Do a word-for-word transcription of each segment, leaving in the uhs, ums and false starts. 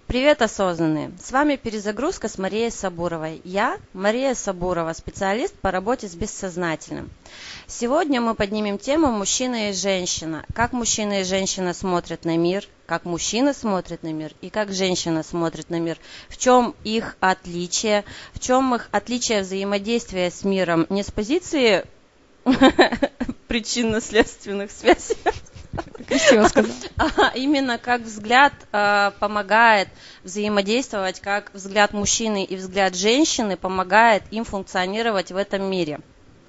Привет, осознанные! С вами «Перезагрузка» с Марией Сабуровой. Я, Мария Сабурова, специалист по работе с бессознательным. Сегодня мы поднимем тему «Мужчина и женщина». Как мужчина и женщина смотрят на мир, как мужчина смотрит на мир и как женщина смотрит на мир. В чем их отличие, в чем их отличие взаимодействия с миром не с позиции причинно-следственных связей, Красиво сказал. А именно как взгляд э, помогает взаимодействовать, как взгляд мужчины и взгляд женщины помогает им функционировать в этом мире.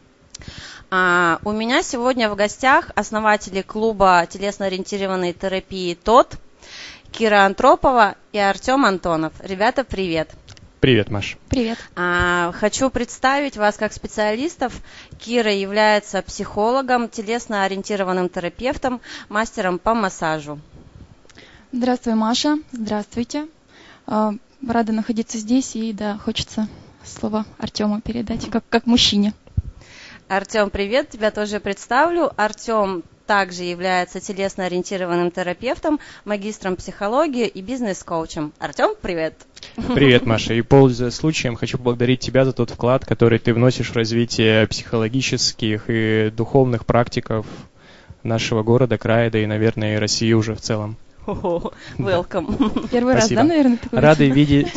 А, у меня сегодня в гостях основатели клуба телесно-ориентированной терапии ТОТ Кира Антропова и Артем Антонов. Ребята, привет! Привет, Маш. Привет. А, хочу представить вас как специалистов. Кира является психологом, телесно-ориентированным терапевтом, мастером по массажу. Здравствуй, Маша. Здравствуйте. Рада находиться здесь, и да, хочется слово Артему передать, как, как мужчине. Артем, привет, тебя тоже представлю. Артем также является телесно-ориентированным терапевтом, магистром психологии и бизнес-коучем. Артем, привет! Привет, Маша. И, пользуясь случаем, хочу поблагодарить тебя за тот вклад, который ты вносишь в развитие психологических и духовных практиков нашего города, края, да и, наверное, и России уже в целом. О, welcome. Первый раз, да, наверное, такой? Рады видеть,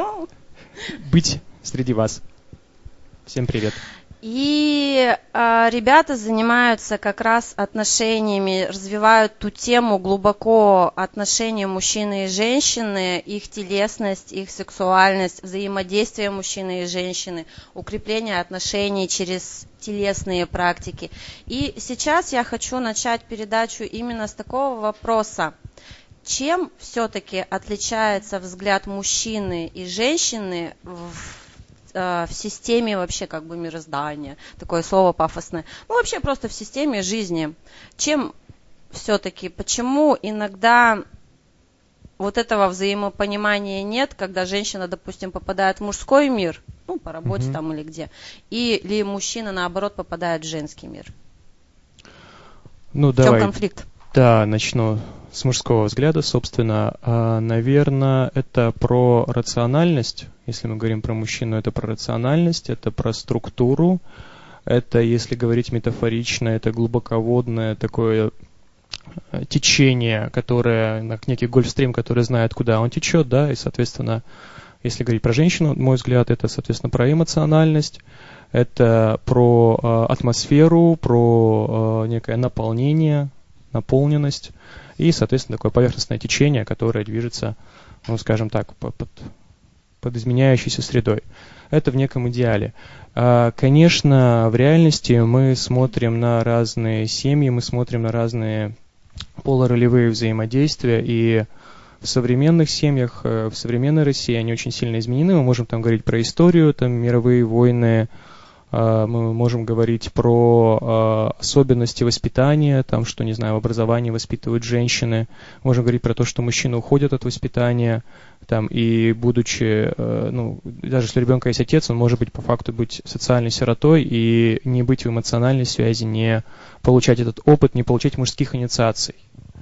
быть среди вас. Всем привет. И э, ребята занимаются как раз отношениями, развивают ту тему глубоко отношения мужчины и женщины, их телесность, их сексуальность, взаимодействие мужчины и женщины, укрепление отношений через телесные практики. И сейчас я хочу начать передачу именно с такого вопроса. Чем все-таки отличается взгляд мужчины и женщины в в системе вообще как бы мироздания, такое слово пафосное, ну вообще просто в системе жизни, чем все-таки, почему иногда вот этого взаимопонимания нет, когда женщина, допустим, попадает в мужской мир, ну по работе mm-hmm. там или где, или мужчина наоборот попадает в женский мир? Ну, в давай. чем конфликт? Да, начну с мужского взгляда, собственно. А, наверное, это про рациональность. Если мы говорим про мужчину, это про рациональность, это про структуру. Это, если говорить метафорично, это глубоководное такое течение, которое, некий гольфстрим, который знает, куда он течет, да, и, соответственно, если говорить про женщину, на мой взгляд, это, соответственно, про эмоциональность, это про э, атмосферу, про э, некое наполнение, наполненность и, соответственно, такое поверхностное течение, которое движется, ну, скажем так, под, под изменяющейся средой. Это в неком идеале. Конечно, в реальности мы смотрим на разные семьи, мы смотрим на разные полуролевые взаимодействия, и в современных семьях, в современной России они очень сильно изменены. Мы можем там говорить про историю, там мировые войны, мы можем говорить про особенности воспитания, там, что, не знаю, в образовании воспитывают женщины. Можем говорить про то, что мужчины уходят от воспитания, там, и будучи, ну, даже если у ребенка есть отец, он может быть по факту быть социальной сиротой и не быть в эмоциональной связи, не получать этот опыт, не получать мужских инициаций.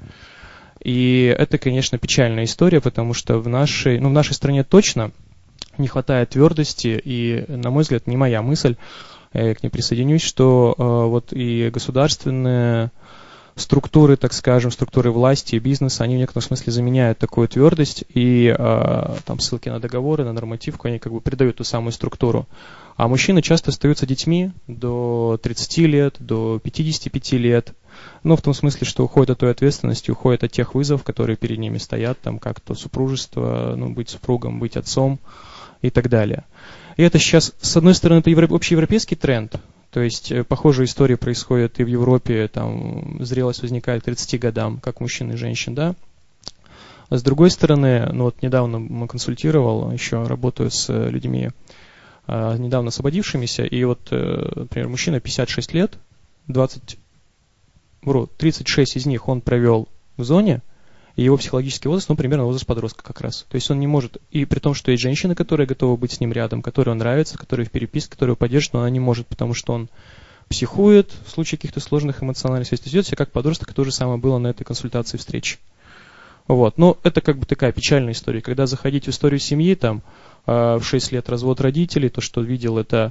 И это, конечно, печальная история, потому что в нашей, ну, в нашей стране точно не хватает твердости, и, на мой взгляд, не моя мысль, я к ней присоединюсь, что э, вот и государственные структуры, так скажем, структуры власти и бизнеса, они в некотором смысле заменяют такую твердость, и э, там ссылки на договоры, на нормативку, они как бы придают ту самую структуру. А мужчины часто остаются детьми до тридцати лет, до пятидесяти пяти лет, ну, в том смысле, что уходят от той ответственности, уходят от тех вызовов, которые перед ними стоят, там, как то супружество, ну, быть супругом, быть отцом, и так далее. И это сейчас, с одной стороны, это евро... общеевропейский тренд, то есть похожая история происходит и в Европе, там зрелость возникает к тридцати годам, как мужчин и женщин, да. А с другой стороны, ну вот недавно мы консультировал, еще работаю с людьми, недавно освободившимися, и вот, например, мужчина пятьдесят шесть лет, двадцать, тридцать шесть из них он провел в зоне, и его психологический возраст, ну, примерно возраст подростка как раз. То есть он не может, и при том, что есть женщины, которые готовы быть с ним рядом, которые он нравится, которые в переписке, которые его поддерживают, но она не может, потому что он психует в случае каких-то сложных эмоциональных связей. То есть ведет себя как подросток, то же самое было на этой консультации встречи. Вот. Но это как бы такая печальная история. Когда заходить в историю семьи, там, в шесть лет развод родителей, то, что видел, это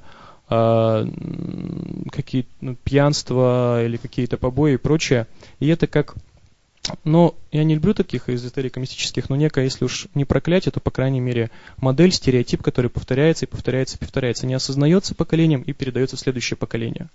какие-то ну, пьянства или какие-то побои и прочее. И это как, ну, я не люблю таких эзотерико-мистических, но некое, если уж не проклятие, то, по крайней мере, модель, стереотип, который повторяется и повторяется и повторяется, не осознается поколением и передается в следующее поколение.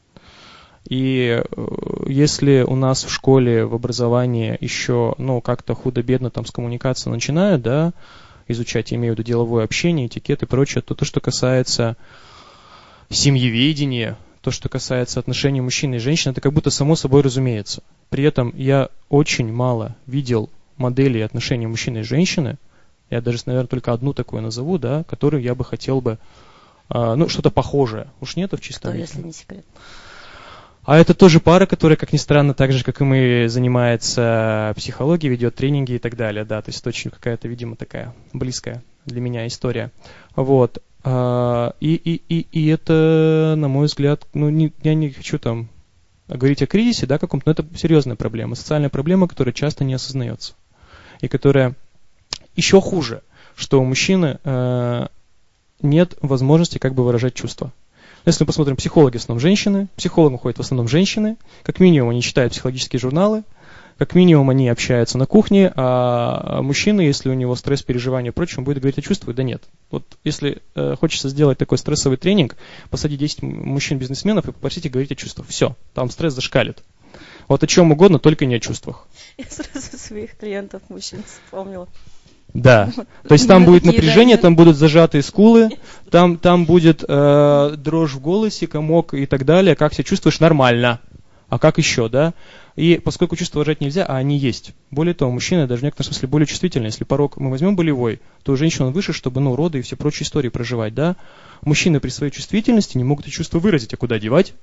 И если у нас в школе, в образовании еще, ну, как-то худо-бедно там с коммуникацией начинают, да, изучать, я имею в виду деловое общение, этикет и прочее, то то, что касается семьеведения, то, что касается отношений мужчины и женщины, это как будто само собой разумеется. При этом я очень мало видел моделей отношений мужчины и женщины, я даже, наверное, только одну такую назову, да, которую я бы хотел бы, а, ну, что-то похожее. Уж нету в чистом виде. Если не секрет. А это тоже пара, которая, как ни странно, так же, как и мы, занимается психологией, ведет тренинги и так далее, да, то есть это очень какая-то, видимо, такая близкая для меня история. Вот. И, и, и, и это, на мой взгляд, ну, не, я не хочу там говорить о кризисе, да, каком-то, но это серьезная проблема, социальная проблема, которая часто не осознается. И которая еще хуже, что у мужчины э, нет возможности как бы выражать чувства. Если мы посмотрим, психологи в основном женщины, психологам ходят в основном женщины, как минимум они читают психологические журналы, как минимум они общаются на кухне, а мужчина, если у него стресс, переживания и прочее, он будет говорить о чувствах, да нет. Вот если э, хочется сделать такой стрессовый тренинг, посадить десять мужчин-бизнесменов и попросите говорить о чувствах. Все, там стресс зашкалит. Вот о чем угодно, только не о чувствах. Я сразу своих клиентов мужчин вспомнила. Да, то есть там будет напряжение, там будут зажатые скулы, там, там будет э, дрожь в голосе, комок и так далее. Как себя чувствуешь? Нормально. А как еще, да? И поскольку чувства выражать нельзя, а они есть. Более того, мужчина даже в некотором смысле более чувствительный. Если порог мы возьмем болевой, то у женщин он выше, чтобы, ну, роды и все прочие истории проживать, да? Мужчины при своей чувствительности не могут эти чувства выразить, а куда девать?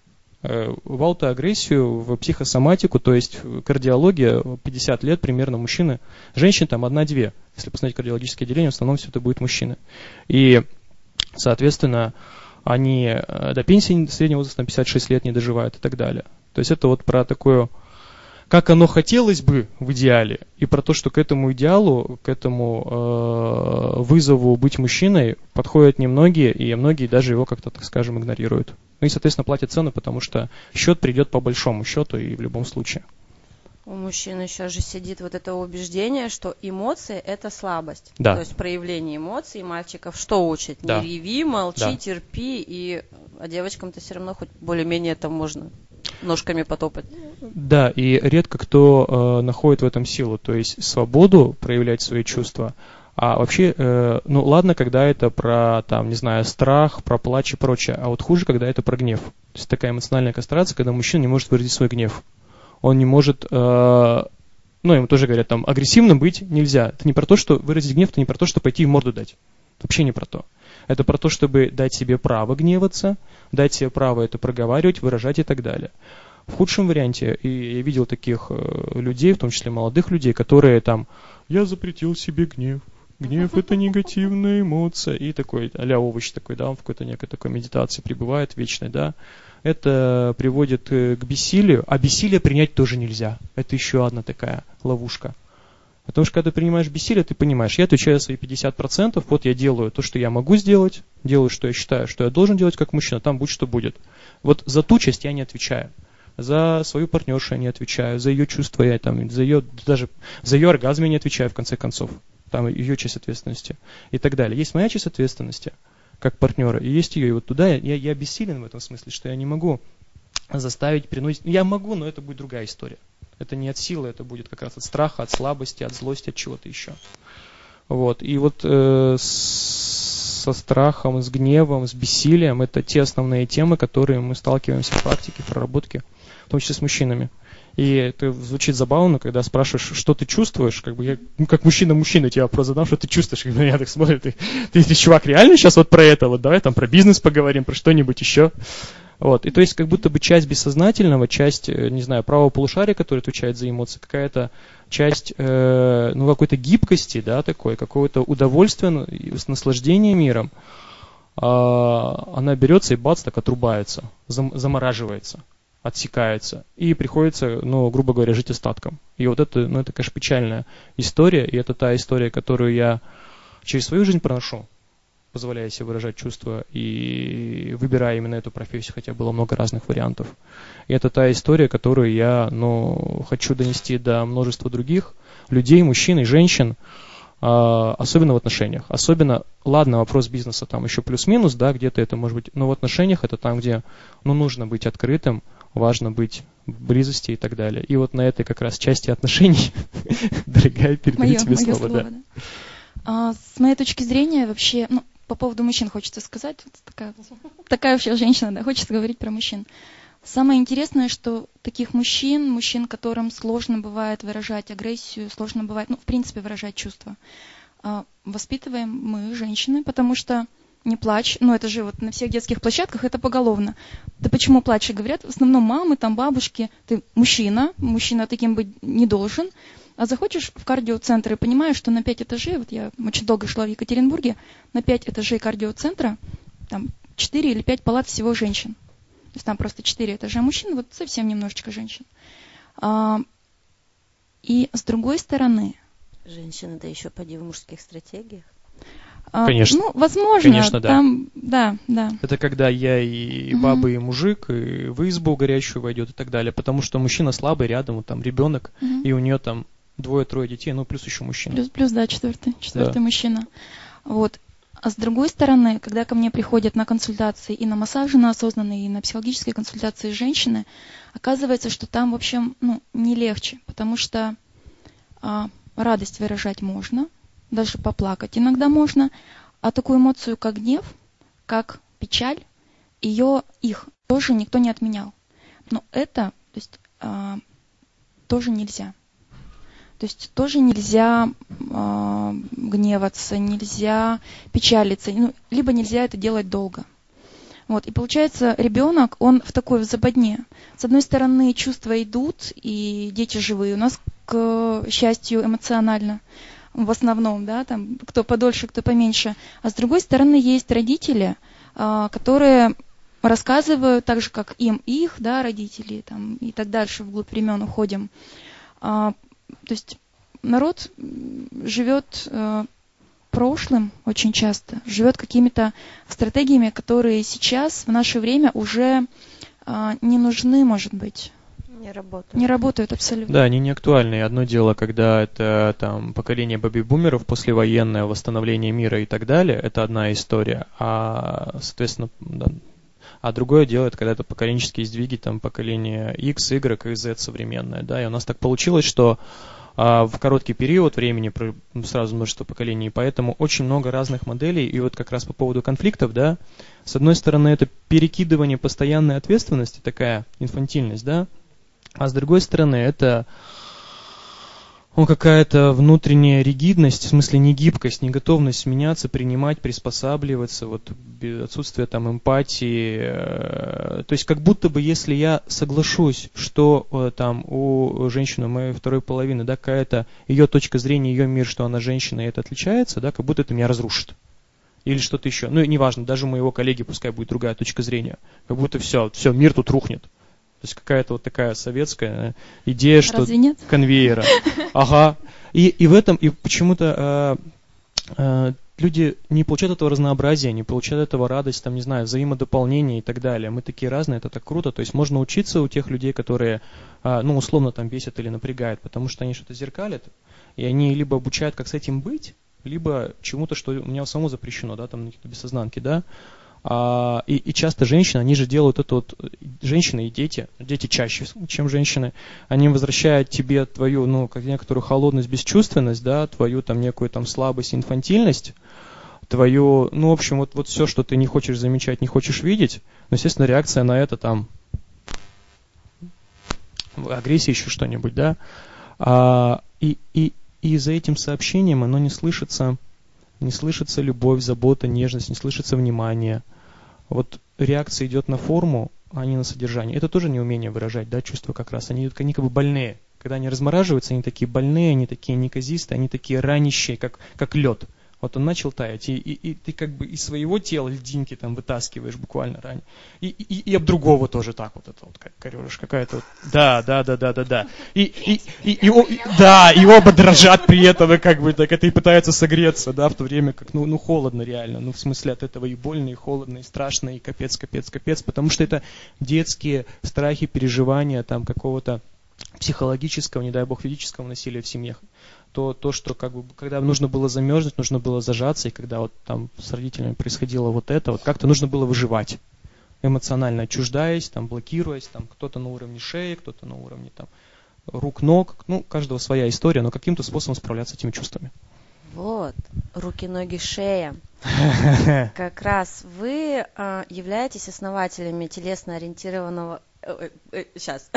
В аутоагрессию, в психосоматику, то есть кардиология, пятьдесят лет примерно мужчины, женщин там одна-две. Если посмотреть кардиологическое отделение, в основном все это будут мужчины. И, соответственно, они до пенсии среднего возраста там, пятьдесят шесть лет не доживают и так далее. То есть это вот про такое, как оно хотелось бы в идеале, и про то, что к этому идеалу, к этому э, вызову быть мужчиной подходят немногие, и многие даже его как-то, так скажем, игнорируют. Ну и, соответственно, платят цену, потому что счет придет по большому счету и в любом случае. У мужчин еще же сидит вот это убеждение, что эмоции – это слабость. Да. То есть проявление эмоций мальчиков что учат? Да. Не реви, молчи, да. терпи, и... а девочкам-то все равно хоть более-менее там можно ножками потопать. Да, и редко кто э, находит в этом силу, то есть свободу проявлять свои чувства. А вообще, э, ну ладно, когда это про, там, не знаю, страх, про плач и прочее, а вот хуже, когда это про гнев. То есть такая эмоциональная кастрация, когда мужчина не может выразить свой гнев. Он не может, э, ну, ему тоже говорят, там, агрессивным быть нельзя. Это не про то, что выразить гнев, это не про то, что пойти в морду дать. Вообще не про то. Это про то, чтобы дать себе право гневаться, дать себе право это проговаривать, выражать и так далее. В худшем варианте, и я видел таких э, людей, в том числе молодых людей, которые там, я запретил себе гнев. Гнев – это негативная эмоция. И такой, а-ля овощ такой, да, он в какой-то некой такой медитации пребывает вечной, да. Это приводит к бессилию, а бессилие принять тоже нельзя. Это еще одна такая ловушка. Потому что когда ты принимаешь бессилие, ты понимаешь, я отвечаю за свои пятьдесят процентов, вот я делаю то, что я могу сделать, делаю, что я считаю, что я должен делать как мужчина, там будь что будет. Вот за ту часть я не отвечаю. За свою партнершу я не отвечаю, за ее чувства я там, за ее, даже за ее оргазм я не отвечаю в конце концов. Там ее часть ответственности и так далее. Есть моя часть ответственности как партнера, и есть ее. И вот туда я, я бессилен в этом смысле, что я не могу заставить, принудить. Я могу, но это будет другая история. Это не от силы, это будет как раз от страха, от слабости, от злости, от чего-то еще. Вот. И вот э, с, со страхом, с гневом, с бессилием это те основные темы, которые мы сталкиваемся в практике, в проработке, в том числе с мужчинами. И это звучит забавно, когда спрашиваешь, что ты чувствуешь, как бы я, ну, как мужчина-мужчина тебе вопрос задам, что ты чувствуешь, когда меня так смотрят, ты, ты, ты, чувак, реально сейчас вот про это, вот давай там про бизнес поговорим, про что-нибудь еще. Вот. И то есть как будто бы часть бессознательного, часть, не знаю, правого полушария, которое отвечает за эмоции, какая-то часть, э, ну, какой-то гибкости, да, такой, какого-то удовольствия, наслаждения миром, э, она берется и бац, так отрубается, зам, замораживается. отсекается, и приходится, ну, грубо говоря, жить остатком. И вот это, ну, это, конечно, печальная история, и это та история, которую я через свою жизнь проношу, позволяя себе выражать чувства и выбирая именно эту профессию, хотя было много разных вариантов. И это та история, которую я, ну, хочу донести до множества других людей, мужчин и женщин, особенно в отношениях. Особенно, ладно, вопрос бизнеса там еще плюс-минус, да, где-то это может быть, но в отношениях это там, где, ну, нужно быть открытым, важно быть в близости и так далее. И вот на этой как раз части отношений, дорогая, передаю тебе слово. Да. Да. А, с моей точки зрения, вообще, ну, по поводу мужчин хочется сказать, вот такая, такая вообще женщина, да, хочется говорить про мужчин. Самое интересное, что таких мужчин, мужчин, которым сложно бывает выражать агрессию, сложно бывает, ну, в принципе, выражать чувства, воспитываем мы, женщины, потому что не плачь, ну, это же вот на всех детских площадках это поголовно. Да почему плачь? Говорят, в основном мамы, там, бабушки, ты мужчина, мужчина таким быть не должен, а заходишь в кардиоцентр и понимаешь, что на пять этажей, вот я очень долго шла в Екатеринбурге, на пять этажей кардиоцентра, там, четыре или пять палат всего женщин. То есть там просто четыре этажа мужчин, вот совсем немножечко женщин. А, и с другой стороны... Женщины, да еще поди в мужских стратегиях. А, Конечно. Ну, возможно. Конечно, да. Там, да, да. Это когда я и баба, uh-huh. и мужик, и в избу горячую войдет и так далее. Потому что мужчина слабый, рядом, вот там ребенок, uh-huh. и у нее там двое-трое детей, ну плюс еще мужчина. Плюс, плюс да, четвертый, четвертый да. мужчина. Вот. А с другой стороны, когда ко мне приходят на консультации и на массажи на осознанные, и на психологические консультации женщины, оказывается, что там, в общем, ну, не легче, потому что а, радость выражать можно, даже поплакать иногда можно, а такую эмоцию, как гнев, как печаль, ее, их тоже никто не отменял. Но это, то есть, а, тоже нельзя. То есть тоже нельзя э, гневаться, нельзя печалиться, ну, либо нельзя это делать долго. Вот. И получается, ребенок, он в такой в западне. С одной стороны, чувства идут, и дети живые у нас, к счастью, эмоционально, в основном, да, там, кто подольше, кто поменьше. А с другой стороны, есть родители, э, которые рассказывают, так же, как им их, да, родители, там, и так дальше, вглубь времен уходим. Э, То есть народ живет э, прошлым очень часто, живет какими-то стратегиями, которые сейчас, в наше время, уже э, не нужны, может быть. Не работают. Не работают абсолютно. Да, они не актуальны. Одно дело, когда это там поколение бэби-бумеров, послевоенное восстановление мира и так далее, это одна история. А, соответственно, да, а другое дело, это когда это поколенческие сдвиги, там, поколение X, Y и Z современное, да, и у нас так получилось, что а, в короткий период времени сразу множество поколений, и поэтому очень много разных моделей, и вот как раз по поводу конфликтов, да, с одной стороны, это перекидывание постоянной ответственности, такая инфантильность, да, а с другой стороны, это ну, какая-то внутренняя ригидность, в смысле не гибкость, не готовность меняться, принимать, приспосабливаться, вот отсутствие там эмпатии. То есть как будто бы если я соглашусь, что там у женщины моей второй половины, да, какая-то ее точка зрения, ее мир, что она женщина, и это отличается, да, как будто это меня разрушит. Или что-то еще. Ну, неважно, даже у моего коллеги пускай будет другая точка зрения. Как будто все, все, мир тут рухнет. То есть какая-то вот такая советская идея, что конвейера. Ага. И, и в этом, и почему-то э, э, люди не получают этого разнообразия, не получают этого радость, там, не знаю, взаимодополнения и так далее. Мы такие разные, это так круто. То есть можно учиться у тех людей, которые, э, ну, условно там бесят или напрягают, потому что они что-то зеркалят, и они либо обучают, как с этим быть, либо чему-то, что у меня самому запрещено, да, там, на какие-то бессознанки, да. А, и, и часто женщины, они же делают это вот, женщины и дети, дети чаще, чем женщины, они возвращают тебе твою, ну, как некоторую холодность, бесчувственность, да, твою там некую там слабость, инфантильность, твою, ну, в общем, вот, вот все, что ты не хочешь замечать, не хочешь видеть, ну, естественно, реакция на это там, агрессия, еще что-нибудь, да, а, и, и, и за этим сообщением оно не слышится. Не слышится любовь, забота, нежность, не слышится внимание. Вот реакция идет на форму, а не на содержание. Это тоже неумение выражать, да, чувства как раз. Они идут, они как бы больные. Когда они размораживаются, они такие больные, они такие неказистые, они такие ранящие, как, как лед. Вот он начал таять, и, и, и ты как бы из своего тела льдинки там вытаскиваешь буквально ранее. И, и, и об другого тоже так вот это вот как корёжишь какая-то вот. Да, да, да, да, да, да. И, и, и, и, и, да, и оба дрожат при этом, и как бы так это и пытаются согреться, да, в то время как, ну, ну холодно реально. Ну, в смысле от этого и больно, и холодно, и страшно, и капец, капец, капец. Потому что это детские страхи, переживания там какого-то психологического, не дай бог, физического насилия в семьях. То, то, что как бы, когда нужно было замерзнуть, нужно было зажаться, и когда вот там с родителями происходило вот это, вот как-то нужно было выживать, эмоционально отчуждаясь, там, блокируясь, там, кто-то на уровне шеи, кто-то на уровне там, рук, ног, ну, у каждого своя история, но каким-то способом справляться с этими чувствами. Вот, руки, ноги, шея. Как раз вы э, являетесь основателями телесно-ориентированного... Э, э, сейчас,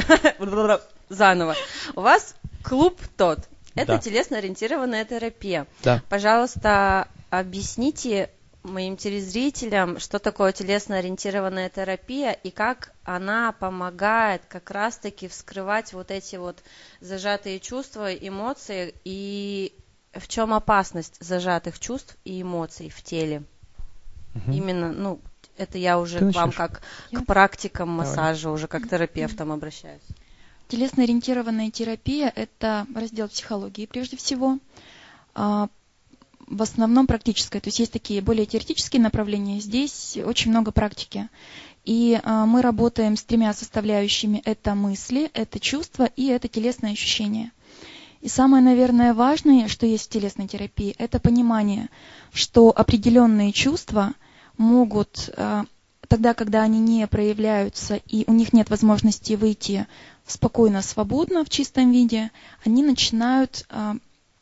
заново. У вас клуб тот. Это Да. телесно-ориентированная терапия. Да. Пожалуйста, объясните моим телезрителям, что такое телесно-ориентированная терапия и как она помогает как раз-таки вскрывать вот эти вот зажатые чувства, эмоции, и в чем опасность зажатых чувств и эмоций в теле. Угу. Именно, ну, это я уже Ты к вам начнешь? как Я? к практикам Давай. массажа, уже как к терапевтам обращаюсь. Телесно-ориентированная терапия – это раздел психологии прежде всего, а, в основном практическая. То есть есть такие более теоретические направления, здесь очень много практики. И а, мы работаем с тремя составляющими – это мысли, это чувства и это телесные ощущения. И самое, наверное, важное, что есть в телесной терапии, это понимание, что определенные чувства могут, а, тогда, когда они не проявляются и у них нет возможности выйти спокойно, свободно в чистом виде, они начинают а,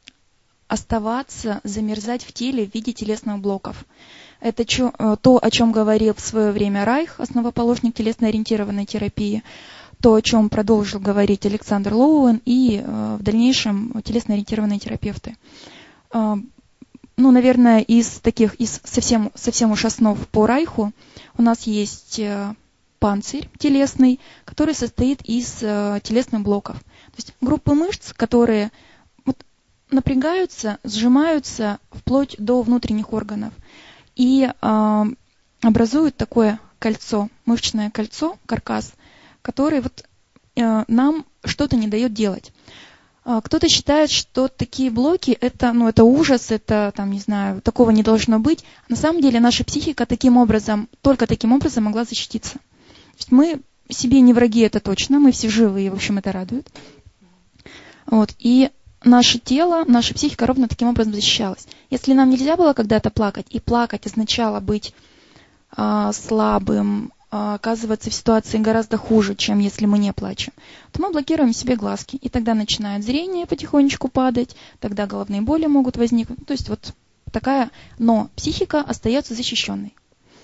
оставаться, замерзать в теле в виде телесных блоков. Это чё, то, о чем говорил в свое время Райх, основоположник телесно-ориентированной терапии, то, о чем продолжил говорить Александр Лоуэн и э, в дальнейшем телесно-ориентированные терапевты. Э, ну, наверное, из таких, из совсем, совсем уж основ по Райху у нас есть э, панцирь телесный, который состоит из э, телесных блоков. То есть группы мышц, которые вот, напрягаются, сжимаются вплоть до внутренних органов и э, образуют такое кольцо, мышечное кольцо, каркас, который вот, э, нам что-то не дает делать. Э, кто-то считает, что такие блоки это, ну, это ужас, это, там, не знаю, такого не должно быть. На самом деле наша психика таким образом, только таким образом могла защититься. То есть мы себе не враги, это точно, мы все живые, в общем, это радует. Вот, и наше тело, наша психика ровно таким образом защищалась. Если нам нельзя было когда-то плакать, и плакать означало быть э, слабым, оказываться в ситуации гораздо хуже, чем если мы не плачем, то мы блокируем себе глазки. И тогда начинает зрение потихонечку падать, тогда головные боли могут возникнуть. То есть вот такая, но психика остается защищенной.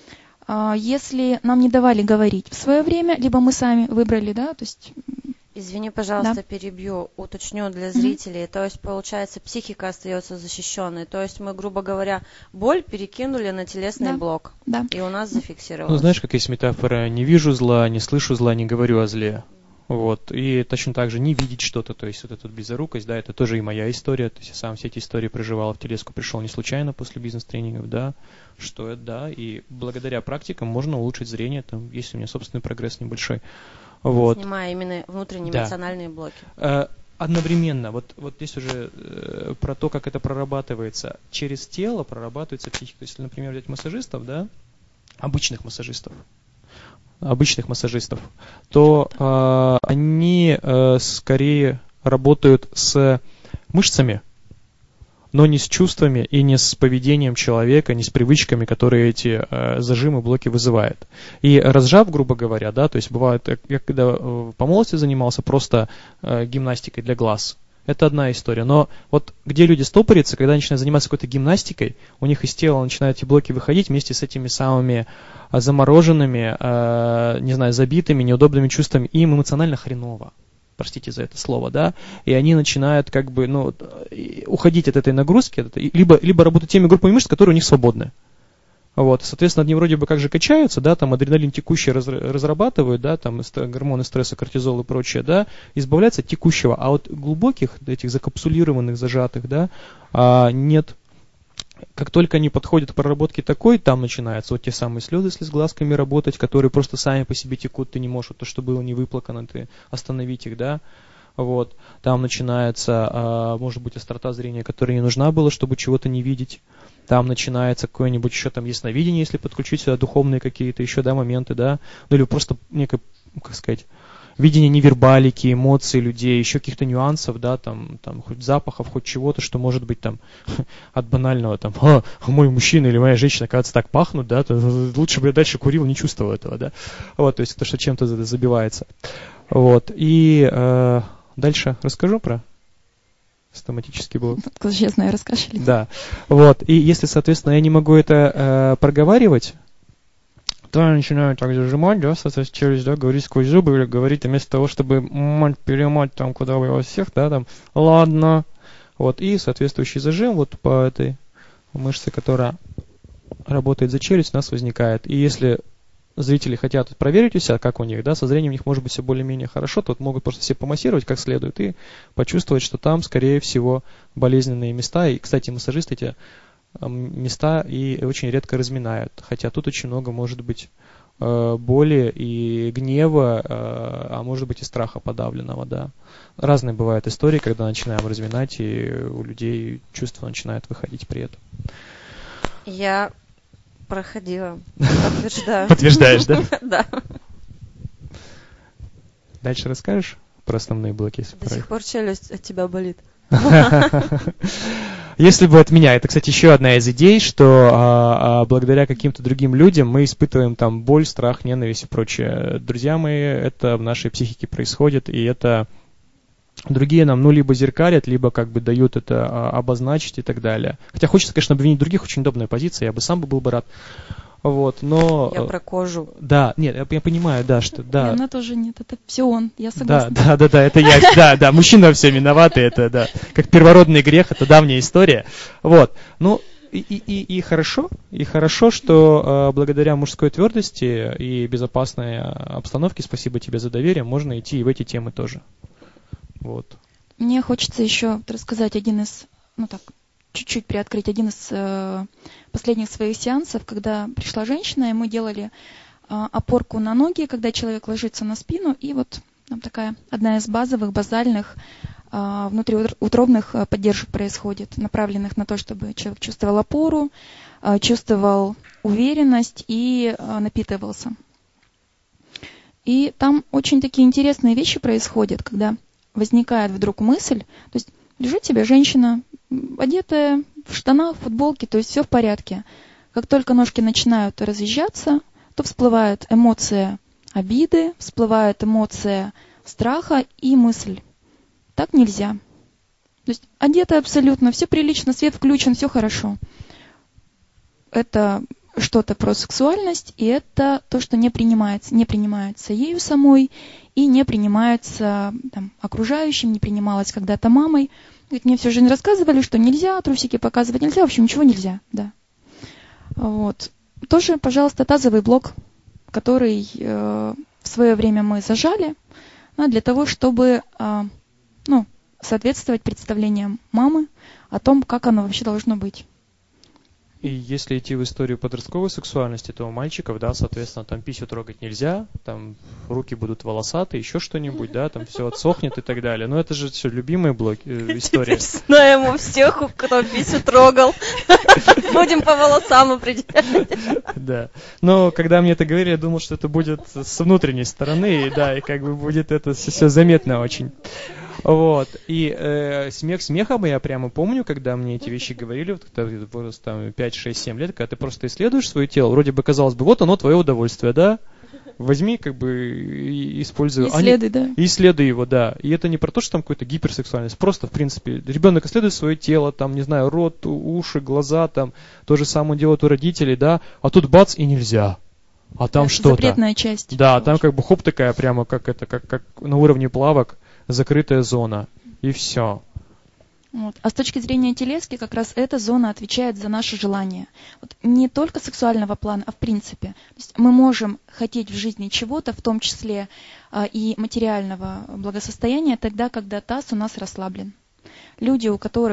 Если нам не давали говорить в свое время, либо мы сами выбрали, да, то есть... Извини, пожалуйста, да. перебью, уточню для зрителей. Mm-hmm. То есть, получается, психика остается защищенной. То есть мы, грубо говоря, боль перекинули на телесный да. блок. Да. И у нас зафиксировалось. Ну, знаешь, как есть метафора: не вижу зла, не слышу зла, не говорю о зле. Вот. И точно так же не видеть что-то, то есть вот эта близорукость, да, это тоже и моя история. То есть я сам все эти истории проживал, в телеску пришел не случайно после бизнес-тренингов, да, что это, да, и благодаря практикам можно улучшить зрение, там, есть у меня собственный прогресс небольшой. Вот. Снимая именно внутренние да. эмоциональные блоки. Э, одновременно, вот, вот здесь уже э, про то, как это прорабатывается. Через тело прорабатывается психика. То есть, например, взять массажистов, да, обычных массажистов, обычных массажистов, то э, они э, скорее работают с мышцами, но не с чувствами и не с поведением человека, не с привычками, которые эти э, зажимы, блоки вызывают. И разжав, грубо говоря, да, то есть бывает, я когда э, по молодости занимался просто э, гимнастикой для глаз, это одна история. Но вот где люди стопорятся, когда начинают заниматься какой-то гимнастикой, у них из тела начинают эти блоки выходить вместе с этими самыми замороженными, э, не знаю, забитыми, неудобными чувствами, и им эмоционально хреново. Простите за это слово, да, и они начинают как бы, ну, уходить от этой нагрузки, либо, либо работать теми группами мышц, которые у них свободны. Вот, соответственно, они вроде бы как же качаются, да, там адреналин текущий раз, разрабатывают, да, там гормоны стресса, кортизол и прочее, да, избавляются от текущего, а вот глубоких, этих закапсулированных, зажатых, да, а, нет. как только они подходят к проработке такой, там начинаются вот те самые слезы с глазками работать, которые просто сами по себе текут, ты не можешь, вот то, что было не выплакано, ты остановить их, да. Вот. Там начинается, может быть, острота зрения, которая не нужна была, чтобы чего-то не видеть. Там начинается какое-нибудь еще там ясновидение, если подключить сюда духовные какие-то еще, да, моменты, да. Ну или просто некое, как сказать, видение невербалики, эмоций людей, еще каких-то нюансов, да, там, там хоть запахов, хоть чего-то, что может быть там от банального, там, а, мой мужчина или моя женщина, кажется, так пахнут, да, то лучше бы я дальше курил, не чувствовал этого, да. Вот, то есть то, что чем-то забивается. Вот, и э, дальше расскажу про стоматический блок. Честно, я раскашлял. Да, вот, и если, соответственно, я не могу это э, проговаривать, то я начинаю так зажимать, да, соответственно, через, да, говорить сквозь зубы или говорить, вместо того, чтобы мать-перемать там, куда вы вас всех, да, там, ладно, вот, и соответствующий зажим вот по этой мышце, которая работает за челюсть, у нас возникает. И если зрители хотят проверить у себя, как у них, да, со зрением у них может быть все более-менее хорошо, то вот могут просто себе помассировать как следует и почувствовать, что там, скорее всего, болезненные места. И, кстати, массажисты эти места и очень редко разминают, хотя тут очень много может быть э, боли и гнева, э, а может быть и страха подавленного, да. Разные бывают истории, когда начинаем разминать, и у людей чувства начинают выходить при этом. Я проходила, подтверждаю. Подтверждаешь, да? Да. Дальше расскажешь про основные блоки? До сих пор челюсть от тебя болит. Если бы от меня, это, кстати, еще одна из идей, что а, а, благодаря каким-то другим людям мы испытываем там боль, страх, ненависть и прочее. Друзья мои, это в нашей психике происходит, и это другие нам, ну, либо зеркалят, либо как бы дают это а, обозначить и так далее. Хотя хочется, конечно, обвинить других, очень удобная позиция, я бы сам был бы рад. Вот, но... Я про кожу. Да, нет, я, я понимаю, да, что... Да. И она тоже нет, это все он, я согласна. Да, да, да, да, это я, да, да, мужчина все виноваты, это, да, как первородный грех, это давняя история. Вот, ну, и, и, и хорошо, и хорошо, что э, благодаря мужской твердости и безопасной обстановке, спасибо тебе за доверие, можно идти и в эти темы тоже. Вот. Мне хочется еще рассказать один из, ну так, чуть-чуть приоткрыть один из э, последних своих сеансов, когда пришла женщина, и мы делали э, опорку на ноги, когда человек ложится на спину, и вот там такая одна из базовых, базальных, э, внутриутробных поддержек происходит, направленных на то, чтобы человек чувствовал опору, э, чувствовал уверенность и э, напитывался. И там очень такие интересные вещи происходят, когда возникает вдруг мысль, то есть лежит себе женщина, одетая в штанах, в футболке, то есть все в порядке. Как только ножки начинают разъезжаться, то всплывает эмоция обиды, всплывает эмоция страха и мысль. Так нельзя. То есть одетая абсолютно, все прилично, свет включен, все хорошо. Это что-то про сексуальность, и это то, что не принимается, не принимается ею самой, и не принимается там, окружающим, не принималось когда-то мамой. Ведь мне всю жизнь рассказывали, что нельзя, трусики показывать нельзя, в общем, ничего нельзя. Да. Вот. Тоже, пожалуйста, тазовый блок, который э, в свое время мы зажали, да, для того, чтобы э, ну, соответствовать представлениям мамы о том, как оно вообще должно быть. И если идти в историю подростковой сексуальности, то у мальчиков, да, соответственно, там писю трогать нельзя, там руки будут волосатые, еще что-нибудь, да, там все отсохнет и так далее. Но это же все любимые блоки, э, история. Знаем у всех, кто писю трогал. Будем по волосам определять. Да. Но когда мне это говорили, я думал, что это будет с внутренней стороны, и да, и как бы будет это все заметно очень. Вот, и э, смех смехом, я прямо помню, когда мне эти вещи говорили, вот, когда возраст там пять, шесть, семь лет, когда ты просто исследуешь свое тело, вроде бы казалось бы, вот оно твое удовольствие, да, возьми, как бы, и используй. Исследуй, Они, да. Исследуй его, да, и это не про то, что там какая-то гиперсексуальность, просто, в принципе, ребенок исследует свое тело, там, не знаю, рот, уши, глаза, там, то же самое делают у родителей, да, а тут бац, и нельзя. А там это что-то. Запретная часть. Да, там как бы хоп такая прямо, как это, как, как на уровне плавок, закрытая зона, и все. Вот. А с точки зрения телески, как раз эта зона отвечает за наши желания. Вот не только сексуального плана, а в принципе. То есть мы можем хотеть в жизни чего-то, в том числе а, и материального благосостояния, тогда, когда таз у нас расслаблен. Люди, у которых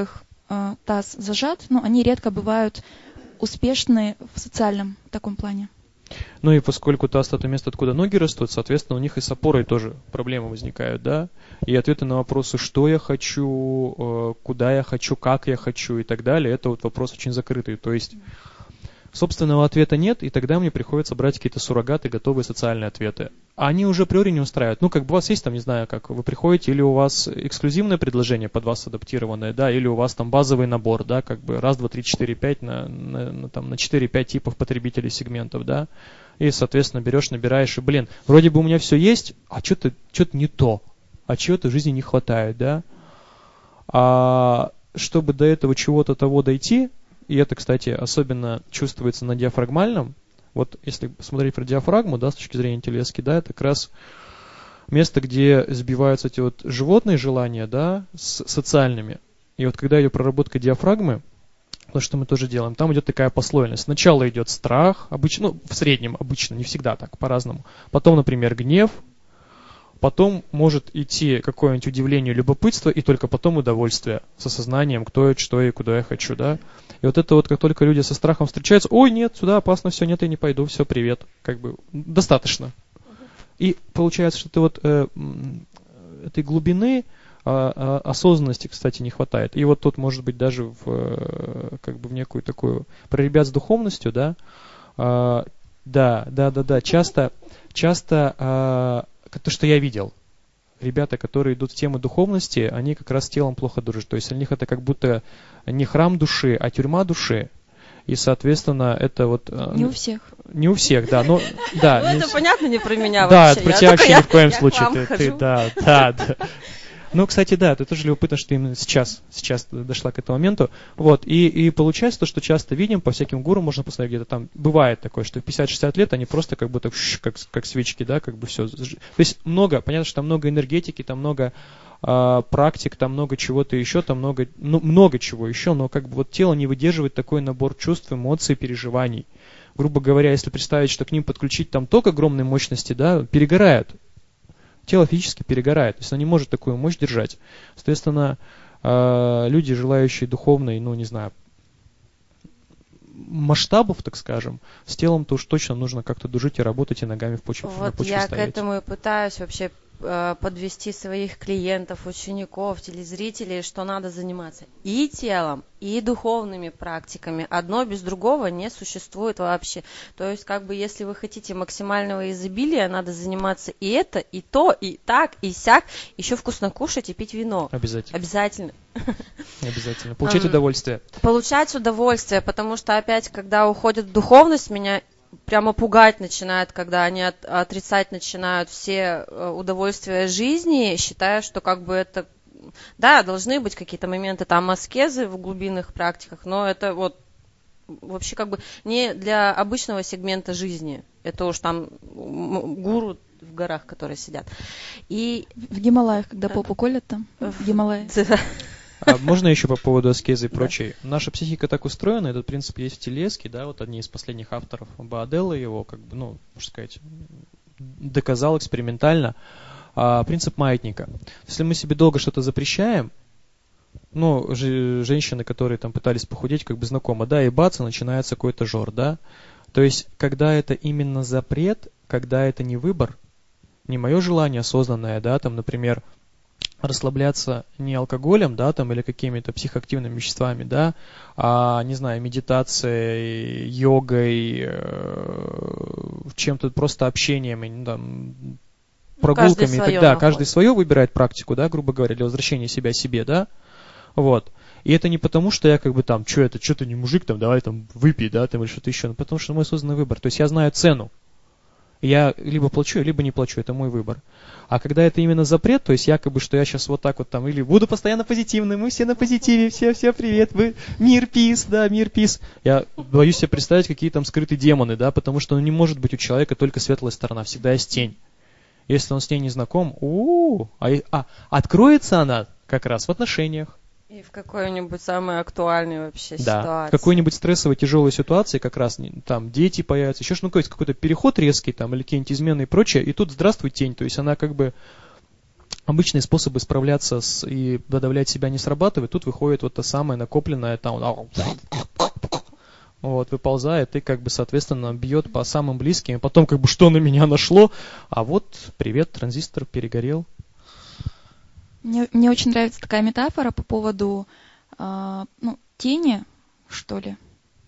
э, таз зажат, но они редко бывают успешны в социальном таком плане. Ну и поскольку таз — это место, откуда ноги растут, соответственно, у них и с опорой тоже проблемы возникают, да? И ответы на вопросы, что я хочу, куда я хочу, как я хочу и так далее, это вот вопрос очень закрытый. То есть собственного ответа нет, и тогда мне приходится брать какие-то суррогаты, готовые социальные ответы. А они уже априори не устраивают. Ну, как бы у вас есть там, не знаю, как вы приходите, или у вас эксклюзивное предложение под вас адаптированное, да, или у вас там базовый набор, да, как бы раз, два, три, четыре, пять на, на, на, там, на четыре-пять типов потребителей сегментов, да, и, соответственно, берешь, набираешь, и, блин, вроде бы у меня все есть, а что-то, что-то не то, а чего-то в жизни не хватает, да. А чтобы до этого чего-то того дойти, и это, кстати, особенно чувствуется на диафрагмальном. Вот если смотреть про диафрагму, да, с точки зрения телески, да, это как раз место, где сбиваются эти вот животные желания, да, с социальными. И вот когда идет проработка диафрагмы, то, что мы тоже делаем, там идет такая послойность. Сначала идет страх, обычно, ну, в среднем обычно, не всегда так, по-разному. Потом, например, гнев. Потом может идти какое-нибудь удивление, любопытство, и только потом удовольствие с осознанием, кто я, что я, куда я хочу, да. И вот это вот, как только люди со страхом встречаются, ой, нет, сюда опасно, все, нет, я не пойду, все, привет, как бы достаточно. И получается, что ты вот э, этой глубины, э, э, осознанности, кстати, не хватает. И вот тут, может быть, даже в, э, как бы в некую такую, про ребят с духовностью, да, э, да, да, да, да, часто, часто, э, то, что я видел, ребята, которые идут в тему духовности, они как раз с телом плохо дружат. То есть для них это как будто не храм души, а тюрьма души. И, соответственно, это вот... Не у всех. Не у всех, да. Но, да ну, это понятно, не про меня да, вообще. Да, про тебя вообще ни в коем случае. Ты, ты, да, да, да. Ну, кстати, да, это тоже любопытно, что именно сейчас, сейчас дошла к этому моменту. Вот, и, и получается то, что часто видим, по всяким гуру можно посмотреть, где-то там бывает такое, что в пятьдесят-шестьдесят лет они просто как будто как, как свечки, да, как бы все. То есть много, понятно, что там много энергетики, там много э, практик, там много чего-то еще, там много, ну, много чего еще, но как бы вот тело не выдерживает такой набор чувств, эмоций, переживаний. Грубо говоря, если представить, что к ним подключить там ток огромной мощности, да, перегорают. Тело физически перегорает, то есть оно не может такую мощь держать. Соответственно, люди, желающие духовной, ну, не знаю, масштабов, так скажем, с телом-то уж точно нужно как-то дружить и работать, и ногами в почву, вот на почве я стоять. К этому и пытаюсь вообще подвести своих клиентов, учеников, телезрителей, что надо заниматься и телом, и духовными практиками. Одно без другого не существует вообще. То есть, как бы, если вы хотите максимального изобилия, надо заниматься и это, и то, и так, и сяк. Еще вкусно кушать и пить вино. Обязательно. Обязательно. Обязательно. Получать удовольствие. Получать удовольствие, потому что опять, когда уходит в духовность, меня прямо пугать начинает, когда они от, отрицать начинают все удовольствия жизни, считая, что как бы это, да, должны быть какие-то моменты там аскезы в глубинных практиках, но это вот вообще как бы не для обычного сегмента жизни. Это уж там гуру в горах, которые сидят. И в Гималаях, когда попу колят там, в Гималаях. А можно еще по поводу аскезы и прочей? Да. Наша психика так устроена, этот принцип есть в телеске, да, вот одни из последних авторов Бааделла его, как бы, ну, можно сказать, доказал экспериментально. А, принцип маятника. Если мы себе долго что-то запрещаем, ну, ж, женщины, которые там пытались похудеть, как бы знакомо, да, и бац, начинается какой-то жор, да. То есть, когда это именно запрет, когда это не выбор, не мое желание осознанное, да, там, например, расслабляться не алкоголем, да, там, или какими-то психоактивными веществами, да, а, не знаю, медитацией, йогой, э, чем-то просто общением, там, прогулками и так далее. Каждый свое выбирает практику, да, грубо говоря, для возвращения себя себе, да, вот. И это не потому, что я как бы там, что это, что ты не мужик, там, давай там выпей, да, там, или что-то еще, но потому что мой осознанный выбор. То есть я знаю цену. Я либо плачу, либо не плачу, это мой выбор. А когда это именно запрет, то есть якобы, что я сейчас вот так вот там, или буду постоянно позитивным, мы все на позитиве, все, все, привет, вы, мир, пис, да, мир, пис. Я боюсь себе представить, какие там скрытые демоны, да, потому что ну, не может быть у человека только светлая сторона, всегда есть тень. Если он с ней не знаком, у-у-у, а, а откроется она как раз в отношениях. И в какой-нибудь самой актуальной вообще да. ситуации. В какой-нибудь стрессовой, тяжелой ситуации как раз там дети появятся, еще что-то, ну, какой-то переход резкий там, или какие-нибудь измены и прочее, и тут здравствуй тень, то есть она как бы обычные способы справляться с, и подавлять себя не срабатывают, тут выходит вот та самая накопленная там, вот, выползает и как бы, соответственно, бьет по самым близким, и потом как бы что на меня нашло, а вот, привет, транзистор перегорел. Мне, мне очень нравится такая метафора по поводу э, ну, тени, что ли.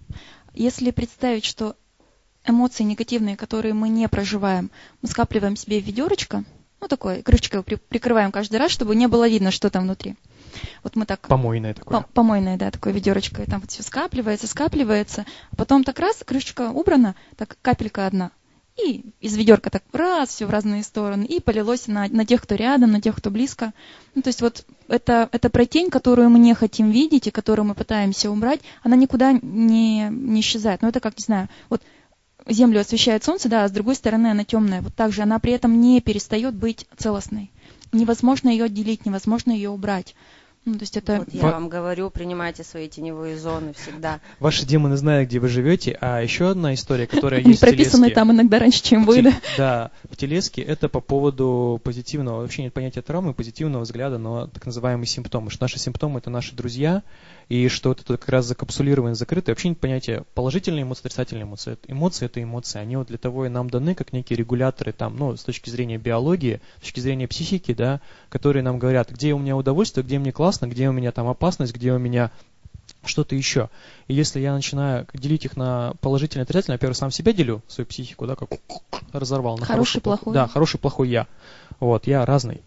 Если представить, что эмоции негативные, которые мы не проживаем, мы скапливаем себе в ведерочко, ну, такое, крышечкой при, прикрываем каждый раз, чтобы не было видно, что там внутри. Вот мы так... Помойное такое. По, помойное, да, такое ведерочко, и там вот все скапливается, скапливается, а потом так раз, крышечка убрана, так капелька одна, и из ведерка так раз, все в разные стороны, и полилось на, на тех, кто рядом, на тех, кто близко. Ну, то есть вот это, это про тень, которую мы не хотим видеть и которую мы пытаемся убрать, она никуда не, не исчезает. Ну, это как, не знаю, вот Землю освещает солнце, да, а с другой стороны она темная. Вот так же она при этом не перестает быть целостной. Невозможно ее отделить, невозможно ее убрать. Ну, то есть это... Вот я вам говорю, принимайте свои теневые зоны всегда. Ваши демоны знают, где вы живете, а еще одна история, которая Они есть в Телеске. прописаны там иногда раньше, чем вы, да? Да, в Телеске это по поводу позитивного, вообще нет понятия травмы, позитивного взгляда на так называемые симптомы, что наши симптомы это наши друзья, и что вот это как раз закапсулировано, закрыто, вообще нет понятия положительные эмоции, отрицательные эмоции. Эмоции это эмоции, они вот для того и нам даны, как некие регуляторы там, ну, с точки зрения биологии, с точки зрения психики, да, которые нам говорят, где у меня удовольствие, где мне классно, где у меня там опасность, где у меня что-то еще. И если я начинаю делить их на положительное и отрицательное, во-первых, сам себя делю, свою психику, да, как разорвал. На хороший, плохой. Да, хороший, плохой я. Вот, я разный.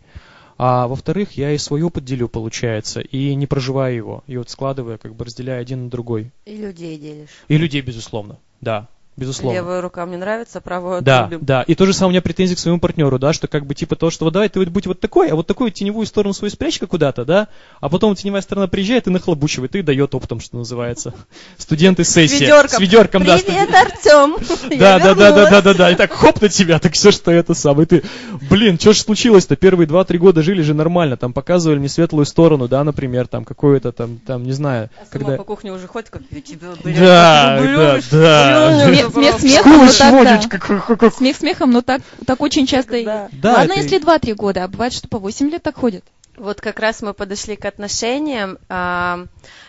А во-вторых, я и свой опыт делю, получается, и не проживаю его. И вот складывая, как бы разделяя один на другой. И людей делишь. И людей, безусловно, да. Безусловно. Левая рука мне нравится, правую да, отрубим. Да, и то же самое у меня претензии к своему партнеру, да, что как бы типа то, что вот давай ты вот будь вот такой, а вот такую теневую сторону свою спрячь-ка куда-то, да, а потом теневая сторона приезжает и нахлобучивает, и дает опытом, что называется. Студенты сессии. С ведерком. С ведерком, да. Привет, Артем. Да, да, да, да, да, да, да. И так хоп на тебя, так все, что это самое. Ты, блин, что ж случилось-то? Первые два-три года жили же нормально, там показывали мне светлую сторону, да, например, там какое-то там, там, не знаю. А когда... сама по кухне уже ходит, как я тебя, блядь, да, да, да. Смех смехом, но так, водичка. Смех смехом, но так, так очень часто. Да. Да, ладно, это... если два-три года, а бывает, что по восемь лет так ходят. Вот как раз мы подошли к отношениям. А,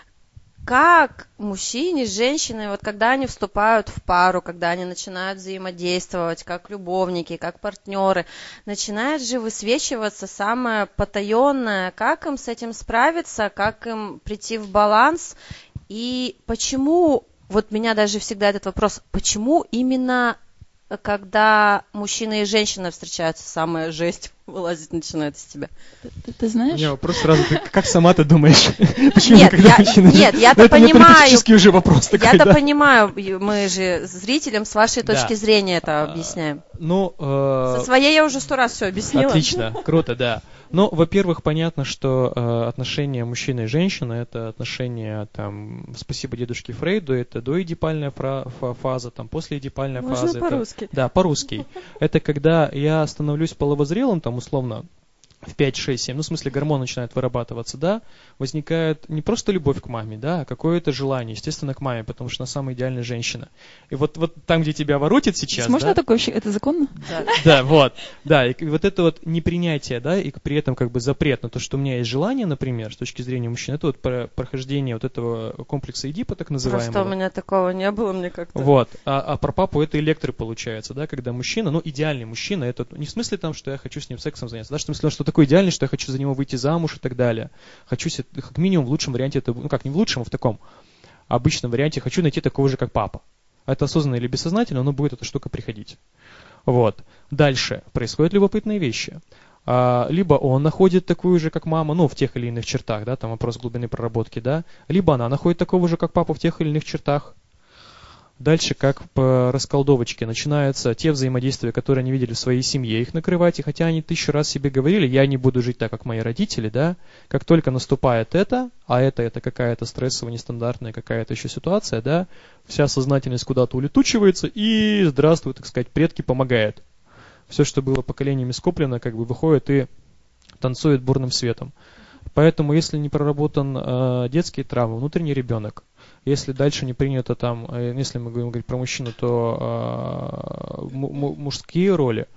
как мужчине с женщиной, вот когда они вступают в пару, когда они начинают взаимодействовать, как любовники, как партнеры, начинает же высвечиваться самое потаенное, как им с этим справиться, как им прийти в баланс, и почему, вот меня даже всегда этот вопрос, почему именно когда мужчина и женщина встречаются, самая жесть вылазить начинает из тебя. Ты, ты, ты знаешь? У меня вопрос сразу, ты как сама ты думаешь? Почему Нет, когда я, мужчина... нет, я-то это понимаю. Не политический уже вопрос такой, Я-то да? понимаю, мы же зрителям с вашей точки да. зрения это объясняем. Ну, э... Со своей я уже сто раз все объяснила. Отлично, круто, да. Ну, во-первых, понятно, что э, отношения мужчины и женщины это отношения, там, спасибо дедушке Фрейду, это доэдипальная фра- фаза, там, послеэдипальная Можно фаза. по-русски? Это, да, по-русски. Это когда я становлюсь половозрелым, там, условно, в пять, шесть, семь, ну, в смысле, гормон начинает вырабатываться, да, возникает не просто любовь к маме, да, а какое-то желание, естественно, к маме, потому что она самая идеальная женщина. И вот, вот там, где тебя воротит сейчас, можно да, такое вообще, это законно? Да. Да, вот, да, и вот это вот непринятие, да, и при этом как бы запрет на то, что у меня есть желание, например, с точки зрения мужчин, это вот про прохождение вот этого комплекса Эдипа, так называемого. Просто у меня такого не было, мне как-то. Вот, а, а про папу это электры получается, да, когда мужчина, ну, идеальный мужчина, это не в смысле там, что я хочу с ним сексом заняться, да, что в смысле, что такой идеальный, что я хочу за него выйти замуж и так далее. Хочу, как минимум, в лучшем варианте, это, ну как, не в лучшем, а в таком обычном варианте, хочу найти такого же, как папа. Это осознанно или бессознательно, но будет эта штука приходить. Вот. Дальше происходят любопытные вещи. А, либо он находит такую же, как мама, ну, в тех или иных чертах, да, там вопрос глубины проработки, да, либо она находит такого же, как папа, в тех или иных чертах. Дальше, как по расколдовочке, начинаются те взаимодействия, которые они видели в своей семье, их накрывать, и хотя они тысячу раз себе говорили, я не буду жить так, как мои родители, да, как только наступает это, а это, это какая-то стрессовая, нестандартная какая-то еще ситуация, да, вся сознательность куда-то улетучивается, и здравствуй, так сказать, предки помогают. Все, что было поколениями скоплено, как бы выходит и танцует бурным светом. Поэтому, если не проработан э, детские травмы, внутренний ребенок, если дальше не принято там, э, если мы будем говорить про мужчину, то э, м- мужские роли,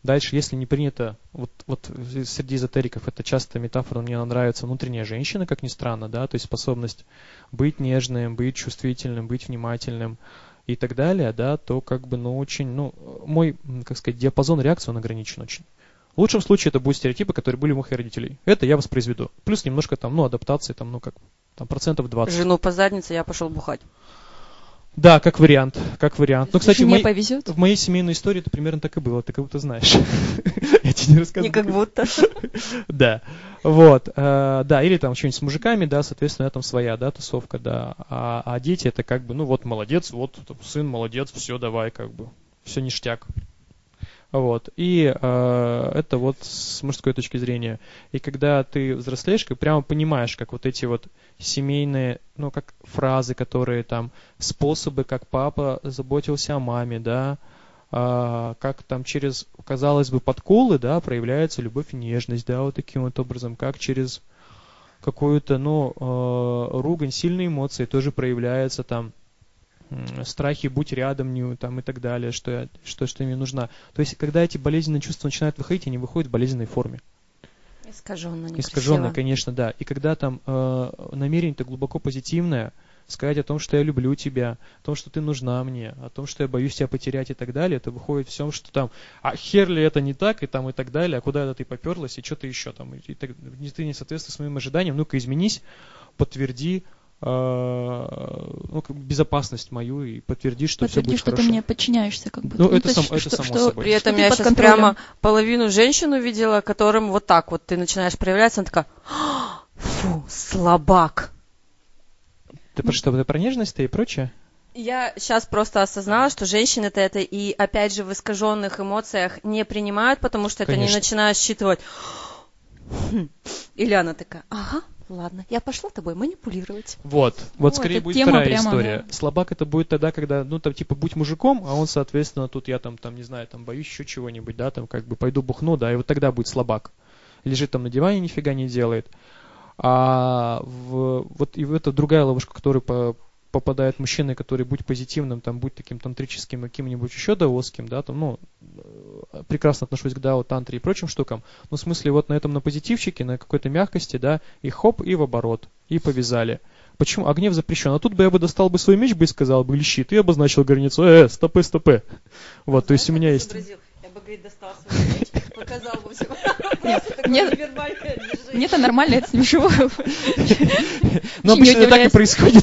Дальше, если не принято, вот, вот среди эзотериков это часто метафора, мне нравится внутренняя женщина, как ни странно, да, то есть способность быть нежным, быть чувствительным, быть внимательным и так далее, да, то как бы, ну, очень, ну, мой, как сказать, диапазон реакции, он ограничен очень. В лучшем случае это будут стереотипы, которые были у моих родителей. Это я воспроизведу. Плюс немножко там, ну, адаптации, там, ну, как, там, процентов двадцать. Жену по заднице, я пошел бухать. Да, как вариант, как вариант. Ну, кстати, в моей, повезет. в моей семейной истории это примерно так и было, ты как будто знаешь. Я тебе не рассказываю. Не как будто. Да, вот, да, или там что-нибудь с мужиками, да, соответственно, там своя, да, тусовка, да, а дети это как бы, ну, вот молодец, вот сын молодец, все, давай, как бы, все ништяк. Вот. И э, это вот с мужской точки зрения. И когда ты взрослеешь, ты прямо понимаешь, как вот эти вот семейные, ну, как фразы, которые там, способы, как папа заботился о маме, да, э, как там через, казалось бы, подколы, да, проявляется любовь и нежность, да, вот таким вот образом, как через какую-то, ну, э, ругань, сильные эмоции тоже проявляются там, страхи, будь рядом, не, там, и так далее, что, я, что, что мне нужна. То есть, когда эти болезненные чувства начинают выходить, они выходят в болезненной форме. Искаженно, некрасиво. Искаженно, конечно, да. И когда там э, намерение-то глубоко позитивное, сказать о том, что я люблю тебя, о том, что ты нужна мне, о том, что я боюсь тебя потерять и так далее, это выходит всем, что там, а хер ли это не так, и там, и так далее, а куда это ты поперлась, и что-то еще там, и, и так, ты не соответствуешь моим ожиданиям, ну-ка изменись, подтверди, ну, безопасность мою и подтверди, что подтверди, все будет что хорошо. Ты мне подчиняешься, как бы. Ну, ну это, сам, есть, это что, само что, собой. При этом я сейчас контролем. Прямо половину женщин увидела, которым вот так вот ты начинаешь проявляться, она такая, фу, слабак. Ты про что, ты про нежность-то и прочее? Я сейчас просто осознала, что женщины-то это и, опять же, в искаженных эмоциях не принимают, потому что это Конечно. они начинают считывать. Или она такая, ага, ладно, я пошла тобой манипулировать. Вот, вот, вот скорее будет вторая прямо, история. Да. Слабак это будет тогда, когда, ну, там, типа, будь мужиком, а он, соответственно, тут я там, там, не знаю, там, боюсь еще чего-нибудь, да, там, как бы, пойду бухну, да, и вот тогда будет слабак. Лежит там на диване, нифига не делает. А в, вот и это другая ловушка, которую по, попадают мужчины, которые будь позитивным, там, будь таким тантрическим, каким-нибудь еще даосским, да, там, ну, прекрасно отношусь к дао, тантре и прочим штукам, ну, в смысле, вот на этом, на позитивчике, на какой-то мягкости, да, и хоп, и в оборот, и повязали. Почему? А гнев запрещен. А тут бы я бы достал бы свой меч бы и сказал бы, или щит, и обозначил границу, э, стопы, стопы. Вот, а то есть у меня есть... Я бы, говорит, достал свой меч, показал бы всем. Мне-то нормально, это смешно. Ну, обычно так и происходит.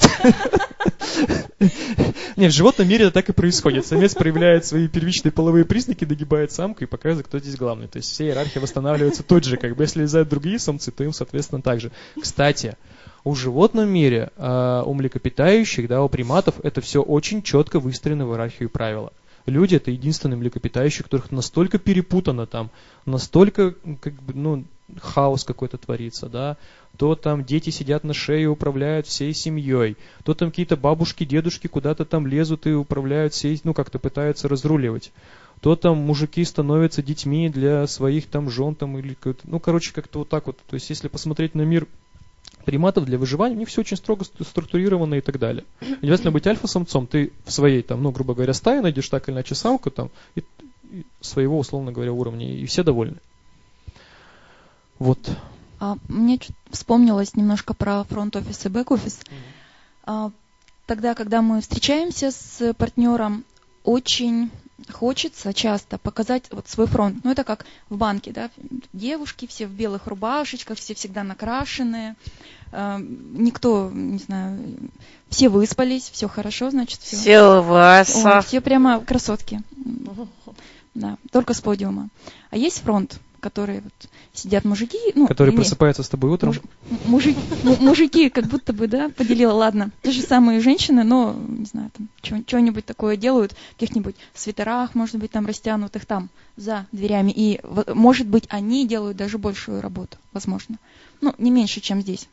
Нет, в животном мире это так и происходит. Самец проявляет свои первичные половые признаки, догибает самку и показывает, кто здесь главный. То есть вся иерархия восстанавливается тут же. Как бы если лезают другие самцы, то им, соответственно, так же. Кстати, у животном мире, у млекопитающих, да, у приматов, это все очень четко выстроено в иерархию правила. Люди — это единственные млекопитающие, у которых настолько перепутано там, настолько, как бы, ну, хаос какой-то творится, да, то там дети сидят на шее и управляют всей семьей, то там какие-то бабушки, дедушки куда-то там лезут и управляют всей, ну, как-то пытаются разруливать, то там мужики становятся детьми для своих там жен, там, или, ну, короче, как-то вот так вот, то есть если посмотреть на мир приматов для выживания, у них все очень строго структурировано и так далее. И если быть альфа-самцом, ты в своей, там, ну, грубо говоря, стае найдешь так или иначе самку там, и, и своего, условно говоря, уровня, и все довольны. Вот. А, мне вспомнилось немножко про фронт-офис и бэк-офис. Mm-hmm. А, тогда, когда мы встречаемся с партнером, очень хочется часто показать вот свой фронт. Ну, это как в банке, да, девушки все в белых рубашечках, все всегда накрашенные, э, никто, не знаю, все выспались, все хорошо, значит, все. Силваса. О, все прямо красотки. Да, только с подиума. А есть фронт, которые вот сидят мужики. Ну, которые просыпаются с тобой утром. Муж, мужик, мужики как будто бы, да, поделила, ладно. Те же самые женщины, но, не знаю, там, что-нибудь такое делают, в каких-нибудь свитерах, может быть, там растянутых там за дверями. И, может быть, они делают даже большую работу, возможно. Ну, не меньше, чем здесь.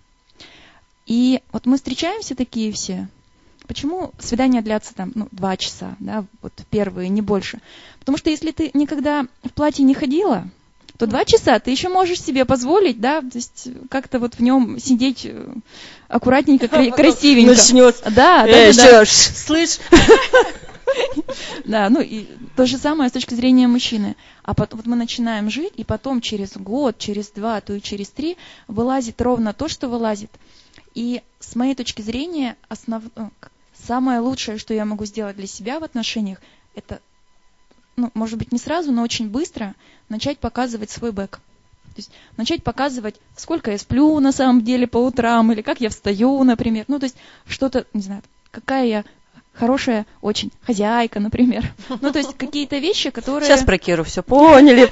И вот мы встречаемся такие все. Почему свидания длятся там, ну, два часа, да, вот первые, не больше? Потому что если ты никогда в платье не ходила, то два часа ты еще можешь себе позволить, да, то есть как-то вот в нем сидеть аккуратненько, красивенько. Начнет. Да, да, э, да. да. Слышь? Да, ну и то же самое с точки зрения мужчины. А потом вот мы начинаем жить, и потом через год, через два, то и через три вылазит ровно то, что вылазит. И с моей точки зрения, основ... самое лучшее, что я могу сделать для себя в отношениях, это, ну, может быть, не сразу, но очень быстро начать показывать свой бэк. То есть начать показывать, сколько я сплю на самом деле по утрам, или как я встаю, например. Ну, то есть что-то, не знаю, какая я хорошая очень хозяйка, например. Ну, то есть какие-то вещи, которые... Сейчас про Киру все поняли.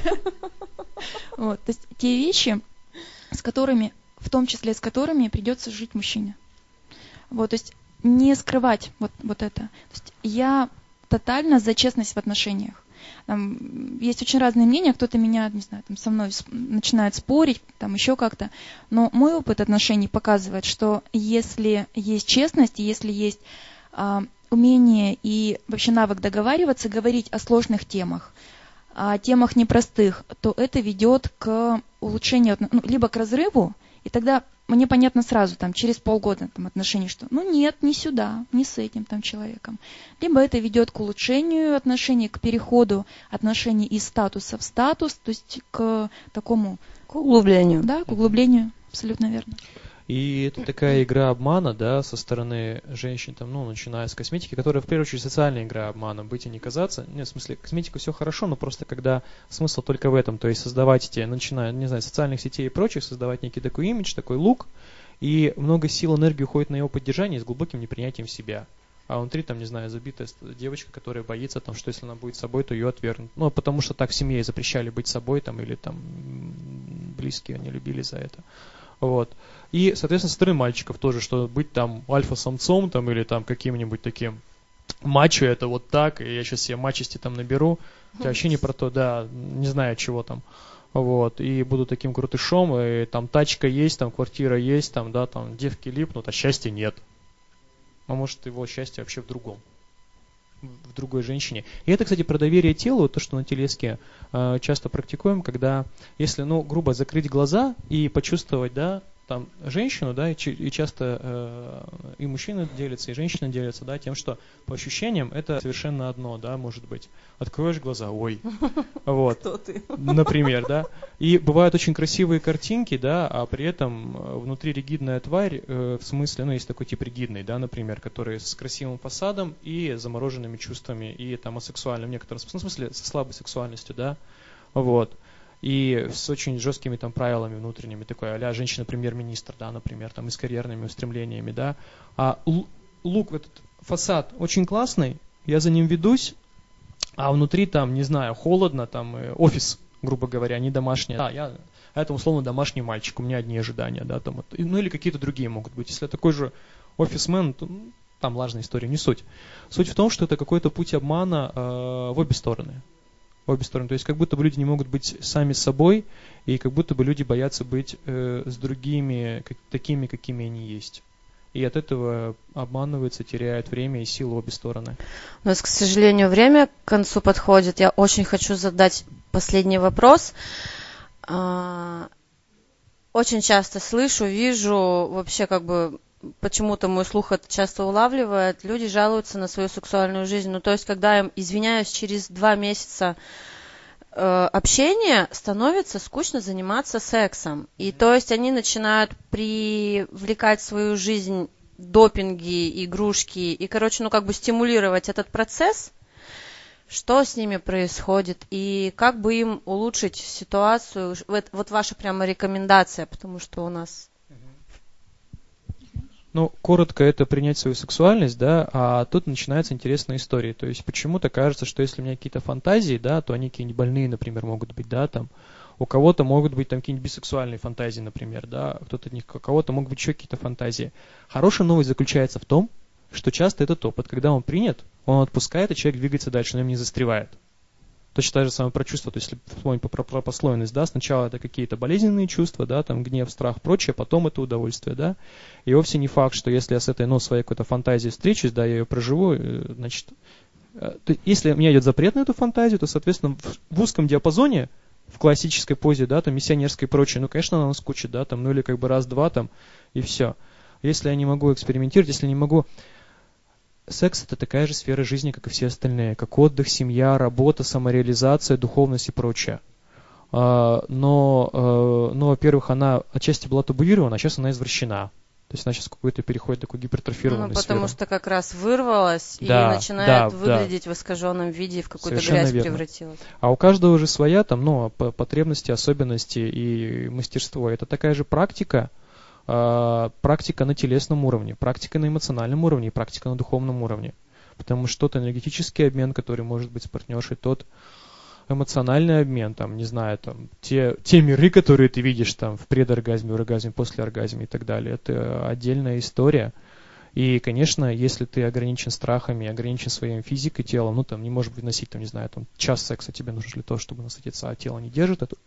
Вот, то есть те вещи, с которыми, в том числе с которыми придется жить мужчине. Вот, то есть не скрывать вот, вот это. То есть я тотально за честность в отношениях. Там есть очень разные мнения, кто-то меня, не знаю, там со мной начинает спорить, там еще как-то. Но мой опыт отношений показывает, что если есть честность, если есть а, умение и вообще навык договариваться, говорить о сложных темах, о темах непростых, то это ведет к улучшению, ну, либо к разрыву, и тогда мне понятно сразу, там, через полгода там, отношений, что ну нет, не сюда, не с этим там человеком. Либо это ведет к улучшению отношений, к переходу отношений из статуса в статус, то есть к такому... К углублению. Да, к углублению, абсолютно верно. И это такая игра обмана, да, со стороны женщин, там, ну, начиная с косметики, которая, в первую очередь, социальная игра обмана, быть и не казаться. Нет, в смысле, косметика все хорошо, но просто когда смысл только в этом, то есть создавать эти, начиная, не знаю, социальных сетей и прочих, создавать некий такой имидж, такой лук, и много сил, энергии уходит на его поддержание с глубоким непринятием себя. А внутри, там, не знаю, забитая девочка, которая боится, там, что если она будет собой, то ее отвергнут. Ну, потому что так в семье запрещали быть собой, там, или там близкие не любили за это. Вот. И, соответственно, со стороны мальчиков тоже, что быть там альфа-самцом там, или там каким-нибудь таким мачо, это вот так, и я сейчас себе мачести там наберу, это вообще не про то, да, не знаю чего там, вот, и буду таким крутышом, и там тачка есть, там квартира есть, там, да, там девки липнут, а счастья нет. А может его счастье вообще в другом, в другой женщине. И это, кстати, про доверие телу, то, что на телеске э, часто практикуем, когда, если, ну, грубо закрыть глаза и почувствовать, да, там, женщину, да, и, и часто э, и мужчина делится, и женщина делится, да, тем, что по ощущениям это совершенно одно, да, может быть. Откроешь глаза, ой, вот, Кто ты? Например, да. И бывают очень красивые картинки, да, а при этом внутри ригидная тварь, э, в смысле, ну, есть такой тип ригидный, да, например, который с красивым фасадом и замороженными чувствами, и там асексуальным в некотором смысле, со слабой сексуальностью, да, вот. И с очень жесткими там правилами внутренними, такой а-ля женщина-премьер-министр, да, например, там и с карьерными устремлениями, да. А лук, этот фасад очень классный, я за ним ведусь, а внутри там, не знаю, холодно, там офис, грубо говоря, не домашний. Да, я, это условно домашний мальчик, у меня одни ожидания, да, там, ну или какие-то другие могут быть. Если я такой же офисмен, то там влажная история, не суть. Суть в том, что это какой-то путь обмана э, в обе стороны. Обе стороны. То есть как будто бы люди не могут быть сами собой, и как будто бы люди боятся быть э, с другими, как, такими, какими они есть. И от этого обманываются, теряют время и силу обе стороны. У нас, к сожалению, время к концу подходит. Я очень хочу задать последний вопрос. Очень часто слышу, вижу, вообще как бы почему-то мой слух это часто улавливает, люди жалуются на свою сексуальную жизнь. Ну, то есть, когда им, извиняюсь, через два месяца э, общения становится скучно заниматься сексом. И то есть они начинают привлекать в свою жизнь допинги, игрушки, и, короче, ну, как бы стимулировать этот процесс. Что с ними происходит, и как бы им улучшить ситуацию. Вот, вот ваша прямо рекомендация, потому что у нас... Ну, коротко, это принять свою сексуальность, да, а тут начинается интересная история. То есть почему-то кажется, что если у меня какие-то фантазии, да, то они какие-нибудь больные, например, могут быть, да, там. У кого-то могут быть там какие-нибудь бисексуальные фантазии, например, да, кто-то, у кого-то могут быть еще какие-то фантазии. Хорошая новость заключается в том, что часто этот опыт, когда он принят, он отпускает, и человек двигается дальше, он им не застревает. Точно так же самое про чувства, то есть если вспомнить про, про послойность, да, сначала это какие-то болезненные чувства, да, там гнев, страх, прочее, потом это удовольствие, да, и вовсе не факт, что если я с этой, ну, своей какой-то фантазией встречусь, да, я ее проживу, значит, то, если у меня идет запрет на эту фантазию, то, соответственно, в, в узком диапазоне, в классической позе, да, там, миссионерской и прочее, ну, конечно, она наскучит, да, там, ну, или как бы раз-два, там, и все. Если я не могу экспериментировать, если не могу... секс — это такая же сфера жизни, как и все остальные, как отдых, семья, работа, самореализация, духовность и прочее. Но, но, во-первых, она отчасти была табуирована, а сейчас она извращена. То есть она сейчас какой-то переходит такой гипертрофированную ну, потому сферу. что как раз вырвалась да, и начинает да, выглядеть да. в искаженном виде, в какую-то Совершенно грязь верно. превратилась. А у каждого же своя там, ну, потребности, особенности и мастерство. Это такая же практика, э, практика на телесном уровне, практика на эмоциональном уровне, практика на духовном уровне. Потому что тот энергетический обмен, который может быть с партнершей, тот эмоциональный обмен, там, не знаю, там, те, те миры, которые ты видишь там в предоргазме, в оргазме, после оргазма и так далее, это отдельная история. И, конечно, если ты ограничен страхами, ограничен своей физикой, телом, ну, там, не можешь выносить, там, не знаю, там, час секса тебе нужен для того, чтобы насытиться, а тело не держит это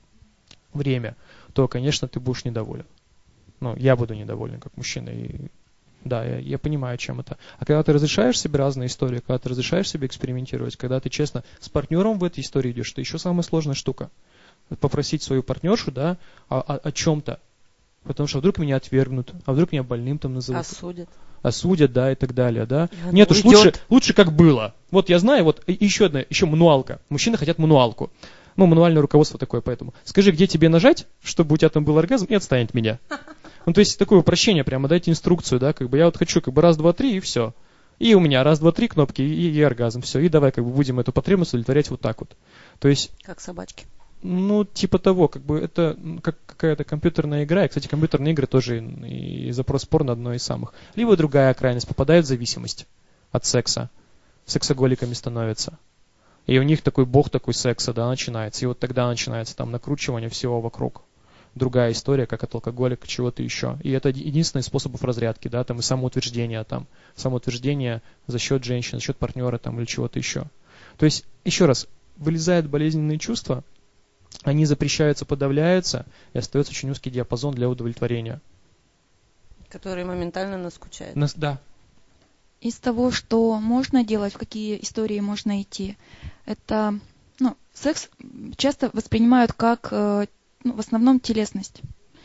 время, то, конечно, ты будешь недоволен. Ну, я буду недоволен, как мужчина, и да, я, я понимаю, чем это. А когда ты разрешаешь себе разные истории, когда ты разрешаешь себе экспериментировать, когда ты честно с партнером в этой истории идешь, это еще самая сложная штука. Попросить свою партнершу, да, о, о, о чем-то. Потому что вдруг меня отвергнут, а вдруг меня больным там назовут. Осудят. Осудят, да, и так далее, да. И Нет уж, уйдет. лучше, лучше как было. Вот я знаю, вот еще одна, еще мануалка. Мужчины хотят мануалку. Ну, мануальное руководство такое, поэтому. Скажи, где тебе нажать, чтобы у тебя там был оргазм, и отстань от меня. Ну, то есть такое упрощение прямо, дайте инструкцию, да, как бы я вот хочу как бы раз, два, три, и все. И у меня раз, два, три кнопки, и, и оргазм, все. И давай как бы будем эту потребность удовлетворять вот так вот. То есть... Как собачки. Ну, типа того, как бы это как какая-то компьютерная игра. И, кстати, компьютерные игры тоже и, и запрос порно одно из самых. Либо другая крайность, попадает в зависимость от секса. Сексоголиками становятся. И у них такой бог такой секса, да, начинается. И вот тогда начинается там накручивание всего вокруг. Другая история, как от алкоголика, чего-то еще. И это единственный способ разрядки, да, там и самоутверждение, там, самоутверждение за счет женщин, за счет партнера там или чего-то еще. То есть, еще раз, вылезают болезненные чувства, они запрещаются, подавляются, и остается очень узкий диапазон для удовлетворения. Который моментально наскучает. Нас, да. Из того, что можно делать, в какие истории можно идти, это, ну, секс часто воспринимают как, ну, в основном телесность.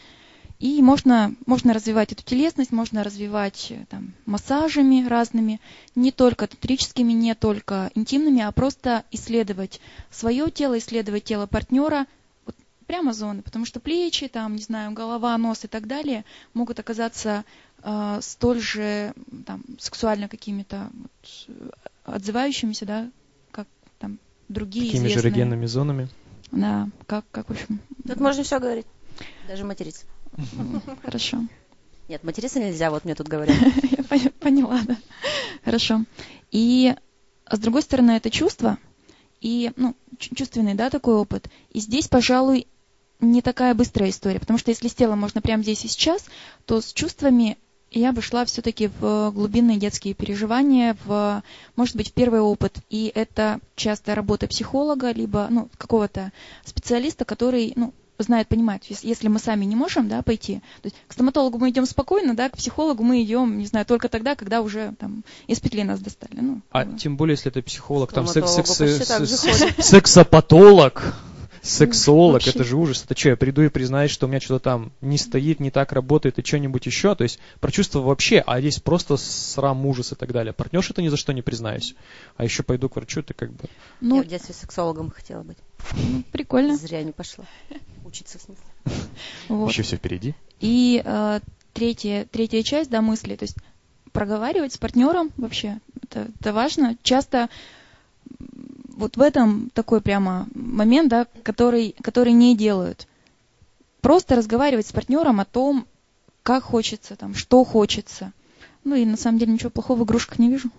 И можно, можно развивать эту телесность, можно развивать там, массажами разными, не только тантрическими, не только интимными, а просто исследовать свое тело, исследовать тело партнера, вот прямо зоны, потому что плечи, там, не знаю, голова, нос и так далее могут оказаться э, столь же там, сексуально какими-то вот, отзывающимися, да, как там другие такими известные. же эрогенными зонами. Да, как, как в общем. Тут можно все говорить, даже материться. Хорошо. Нет, материться нельзя, вот мне тут говорят. Я поняла, да. Хорошо. И с другой стороны, это чувство, и, ну, чувственный, да, такой опыт. И здесь, пожалуй, не такая быстрая история, потому что если с телом можно прямо здесь и сейчас, то с чувствами я бы шла все-таки в глубинные детские переживания, в, может быть, в первый опыт. И это часто работа психолога, либо, ну, какого-то специалиста, который, ну, знает, понимает, если мы сами не можем, да, пойти. То есть к стоматологу мы идем спокойно, да, к психологу мы идем, не знаю, только тогда, когда уже там из петли нас достали. Ну, а вот. Тем более, если это психолог, там секс, секс, секс, сексопатолог, сексолог, это же ужас. Это что, я приду и признаюсь, что у меня что-то там не стоит, не так работает и что-нибудь еще. То есть про чувства вообще, а здесь просто срам, ужас и так далее. Партнерша это ни за что не признаюсь. А еще пойду к врачу, ты как бы... Ну, я в детстве сексологом хотела быть. Ну, прикольно. Зря не пошла. Учиться в смысле. Вот. Еще все впереди. И э, третья, третья часть, да, мысли, то есть проговаривать с партнером вообще, это, это важно. Часто вот в этом такой прямо момент, да, который, который не делают. Просто разговаривать с партнером о том, как хочется, там, что хочется. Ну и на самом деле ничего плохого в игрушках не вижу.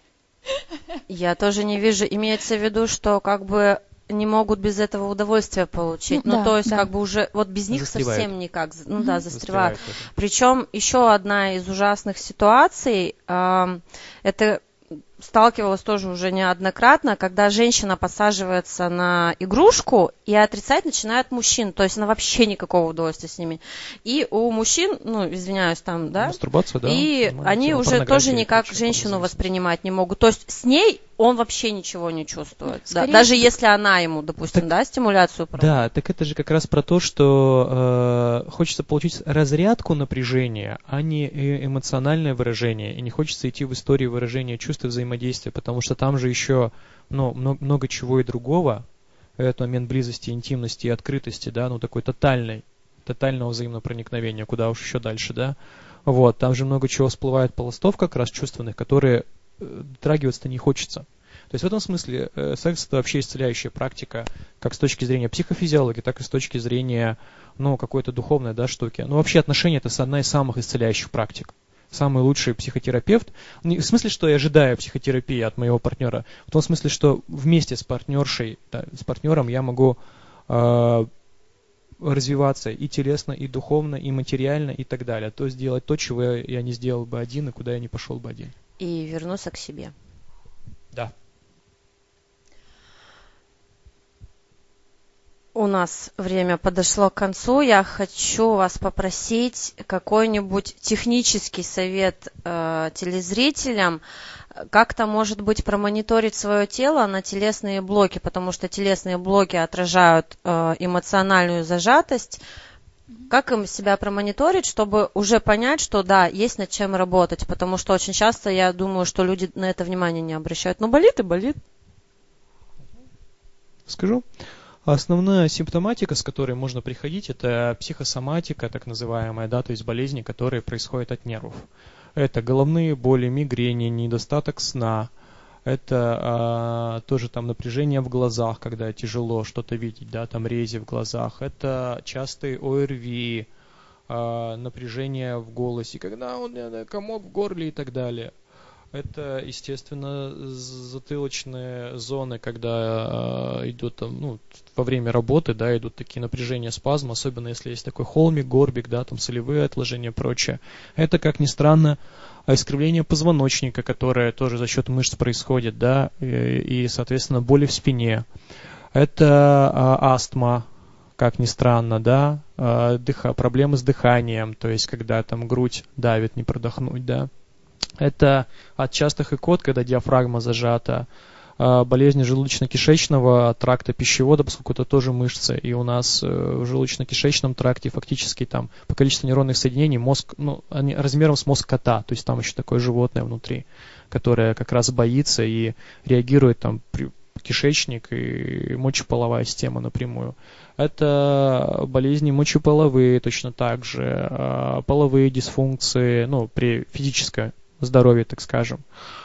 Я тоже не вижу. Имеется в виду, что как бы не могут без этого удовольствия получить. Ну, ну да, то есть, да. как бы уже вот без них застревают. Совсем никак. Ну mm-hmm. да, застревают. застревают Причем еще одна из ужасных ситуаций, э, это сталкивалась тоже уже неоднократно, когда женщина посаживается на игрушку и отрицать начинает мужчин. То есть она вообще никакого удовольствия с ними. И у мужчин, ну, извиняюсь, там, да? Мастурбация, да. И они уже тоже никак женщину воспринимать не могут. То есть с ней он вообще ничего не чувствует. Да, Скорее... даже если она ему, допустим, так, да, стимуляцию проводит. Да, так это же как раз про то, что э, хочется получить разрядку напряжения, а не эмоциональное выражение. И не хочется идти в историю выражения чувств и взаимодействия, потому что там же еще ну, много, много чего и другого. Этот момент близости, интимности и открытости, да, ну такой тотальной, тотального взаимного проникновения, куда уж еще дальше, да. Вот, там же много чего всплывает пластов как раз чувственных, которые дотрагиваться-то не хочется. То есть в этом смысле э, секс это вообще исцеляющая практика, как с точки зрения психофизиологии, так и с точки зрения, ну, какой-то духовной, да, штуки. Ну, вообще отношения это одна из самых исцеляющих практик. Самый лучший психотерапевт, не в смысле, что я ожидаю психотерапии от моего партнера, в том смысле, что вместе с партнершей, да, с партнером я могу э, развиваться и телесно, и духовно, и материально, и так далее. То есть делать то, чего я, я не сделал бы один, и куда я не пошел бы один. И вернуться к себе. Да. У нас время подошло к концу. Я хочу вас попросить какой-нибудь технический совет э, телезрителям, как-то, может быть, промониторить свое тело на телесные блоки, потому что телесные блоки отражают э, эмоциональную зажатость. Как им себя промониторить, чтобы уже понять, что да, есть над чем работать, потому что очень часто я думаю, что люди на это внимание не обращают. Но болит и болит. Скажу. Основная симптоматика, с которой можно приходить, это психосоматика, так называемая, да, то есть болезни, которые происходят от нервов. Это головные боли, мигрени, недостаток сна. Это а, тоже там напряжение в глазах, когда тяжело что-то видеть, да, там рези в глазах. Это частые ОРВИ, а, напряжение в голосе, когда он комок в горле и так далее. Это, естественно, затылочные зоны, когда э, идут там, ну, во время работы, да, идут такие напряжения, спазмы, особенно если есть такой холмик, горбик, да, там солевые отложения и прочее. Это, как ни странно, искривление позвоночника, которое тоже за счет мышц происходит, да, и, и соответственно, боли в спине. Это э, астма, как ни странно, да, э, дыха, проблемы с дыханием, то есть когда там грудь давит, не продохнуть, да. Это от частых икот, когда диафрагма зажата, болезни желудочно-кишечного тракта, пищевода, поскольку это тоже мышцы, и у нас в желудочно-кишечном тракте фактически там по количеству нейронных соединений мозг, ну, они размером с мозг кота, то есть там еще такое животное внутри, которое как раз боится и реагирует там при кишечник и мочеполовая система напрямую. Это болезни мочеполовые точно так же, половые дисфункции, ну, при физическом здоровье, так скажем.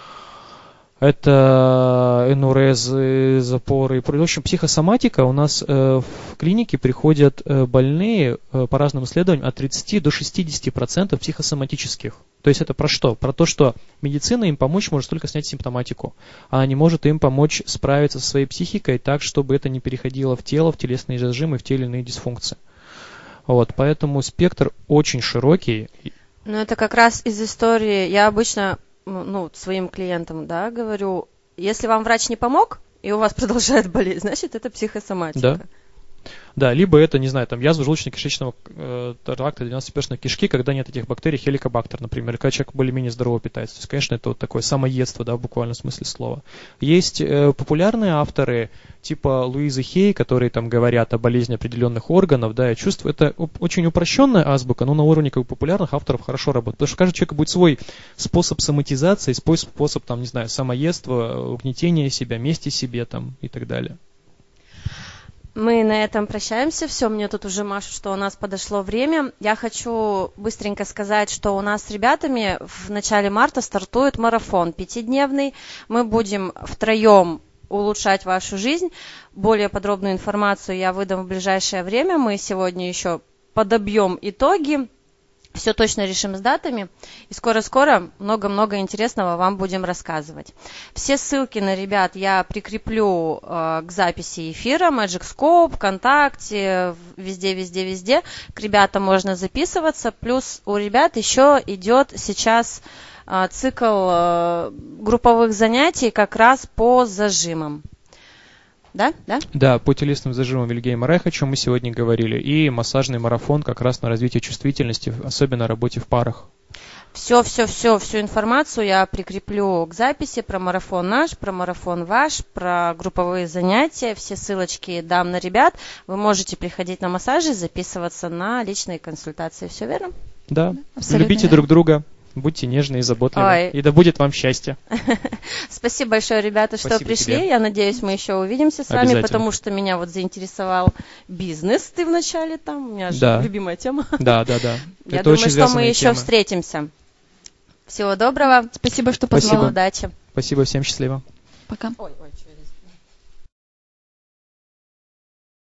Это энурезы, запоры. В общем, психосоматика. У нас э, в клинике приходят э, больные э, по разным исследованиям от тридцати до шестидесяти процентов психосоматических. То есть это про что? Про то, что медицина им помочь может только снять симптоматику, а не может им помочь справиться со своей психикой так, чтобы это не переходило в тело, в телесные зажимы, в те или иные дисфункции. Вот, поэтому спектр очень широкий. Ну, это как раз из истории. Я обычно, ну, своим клиентам, да, говорю, если вам врач не помог, и у вас продолжает болеть, значит, это психосоматика. Да. Да, либо это, не знаю, там язва желудочно-кишечного э, тракта, двенадцатиперстной кишки, когда нет этих бактерий, хеликобактер, например, когда человек более-менее здорово питается. То есть, конечно, это вот такое самоедство, да, в буквальном смысле слова. Есть э, популярные авторы, типа Луизы Хей, которые там говорят о болезни определенных органов, да, и чувств. Это очень упрощенная азбука, но на уровне как бы популярных авторов хорошо работает. Потому что у каждого человека будет свой способ соматизации, свой способ, там, не знаю, самоедства, угнетения себя, мести себе там и так далее. Мы на этом прощаемся. Все, мне тут уже машут, что у нас подошло время. Я хочу быстренько сказать, что у нас с ребятами в начале марта стартует марафон пятидневный. Мы будем втроем улучшать вашу жизнь. Более подробную информацию я выдам в ближайшее время. Мы сегодня еще подобьем итоги. Все точно решим с датами. И скоро-скоро много-много интересного вам будем рассказывать. Все ссылки на ребят я прикреплю э, к записи эфира. MagicScope, ВКонтакте, везде-везде-везде. К ребятам можно записываться. Плюс у ребят еще идет сейчас э, цикл э, групповых занятий как раз по зажимам. Да? Да? Да, по телесным зажимам Вильгельма Райха, о чем мы сегодня говорили, и массажный марафон как раз на развитие чувствительности, особенно работе в парах. Все, все, все, всю информацию я прикреплю к записи про марафон наш, про марафон ваш, про групповые занятия. Все ссылочки дам на ребят. Вы можете приходить на массажи, записываться на личные консультации. Все верно? Да. Абсолютно Любите верно. друг друга. Будьте нежны и заботливы. Ой. И да будет вам счастье. Спасибо большое, ребята, что Спасибо пришли. тебе. Я надеюсь, мы еще увидимся с вами, Обязательно. потому что меня вот заинтересовал бизнес. Ты вначале там, у меня же Да. любимая тема. Да, да, да. Я Это думаю, очень что мы связанные еще темы. встретимся. Всего доброго. Спасибо, что Спасибо. позвала. Удачи. Спасибо, всем счастливо. Пока. Ой, ой, что я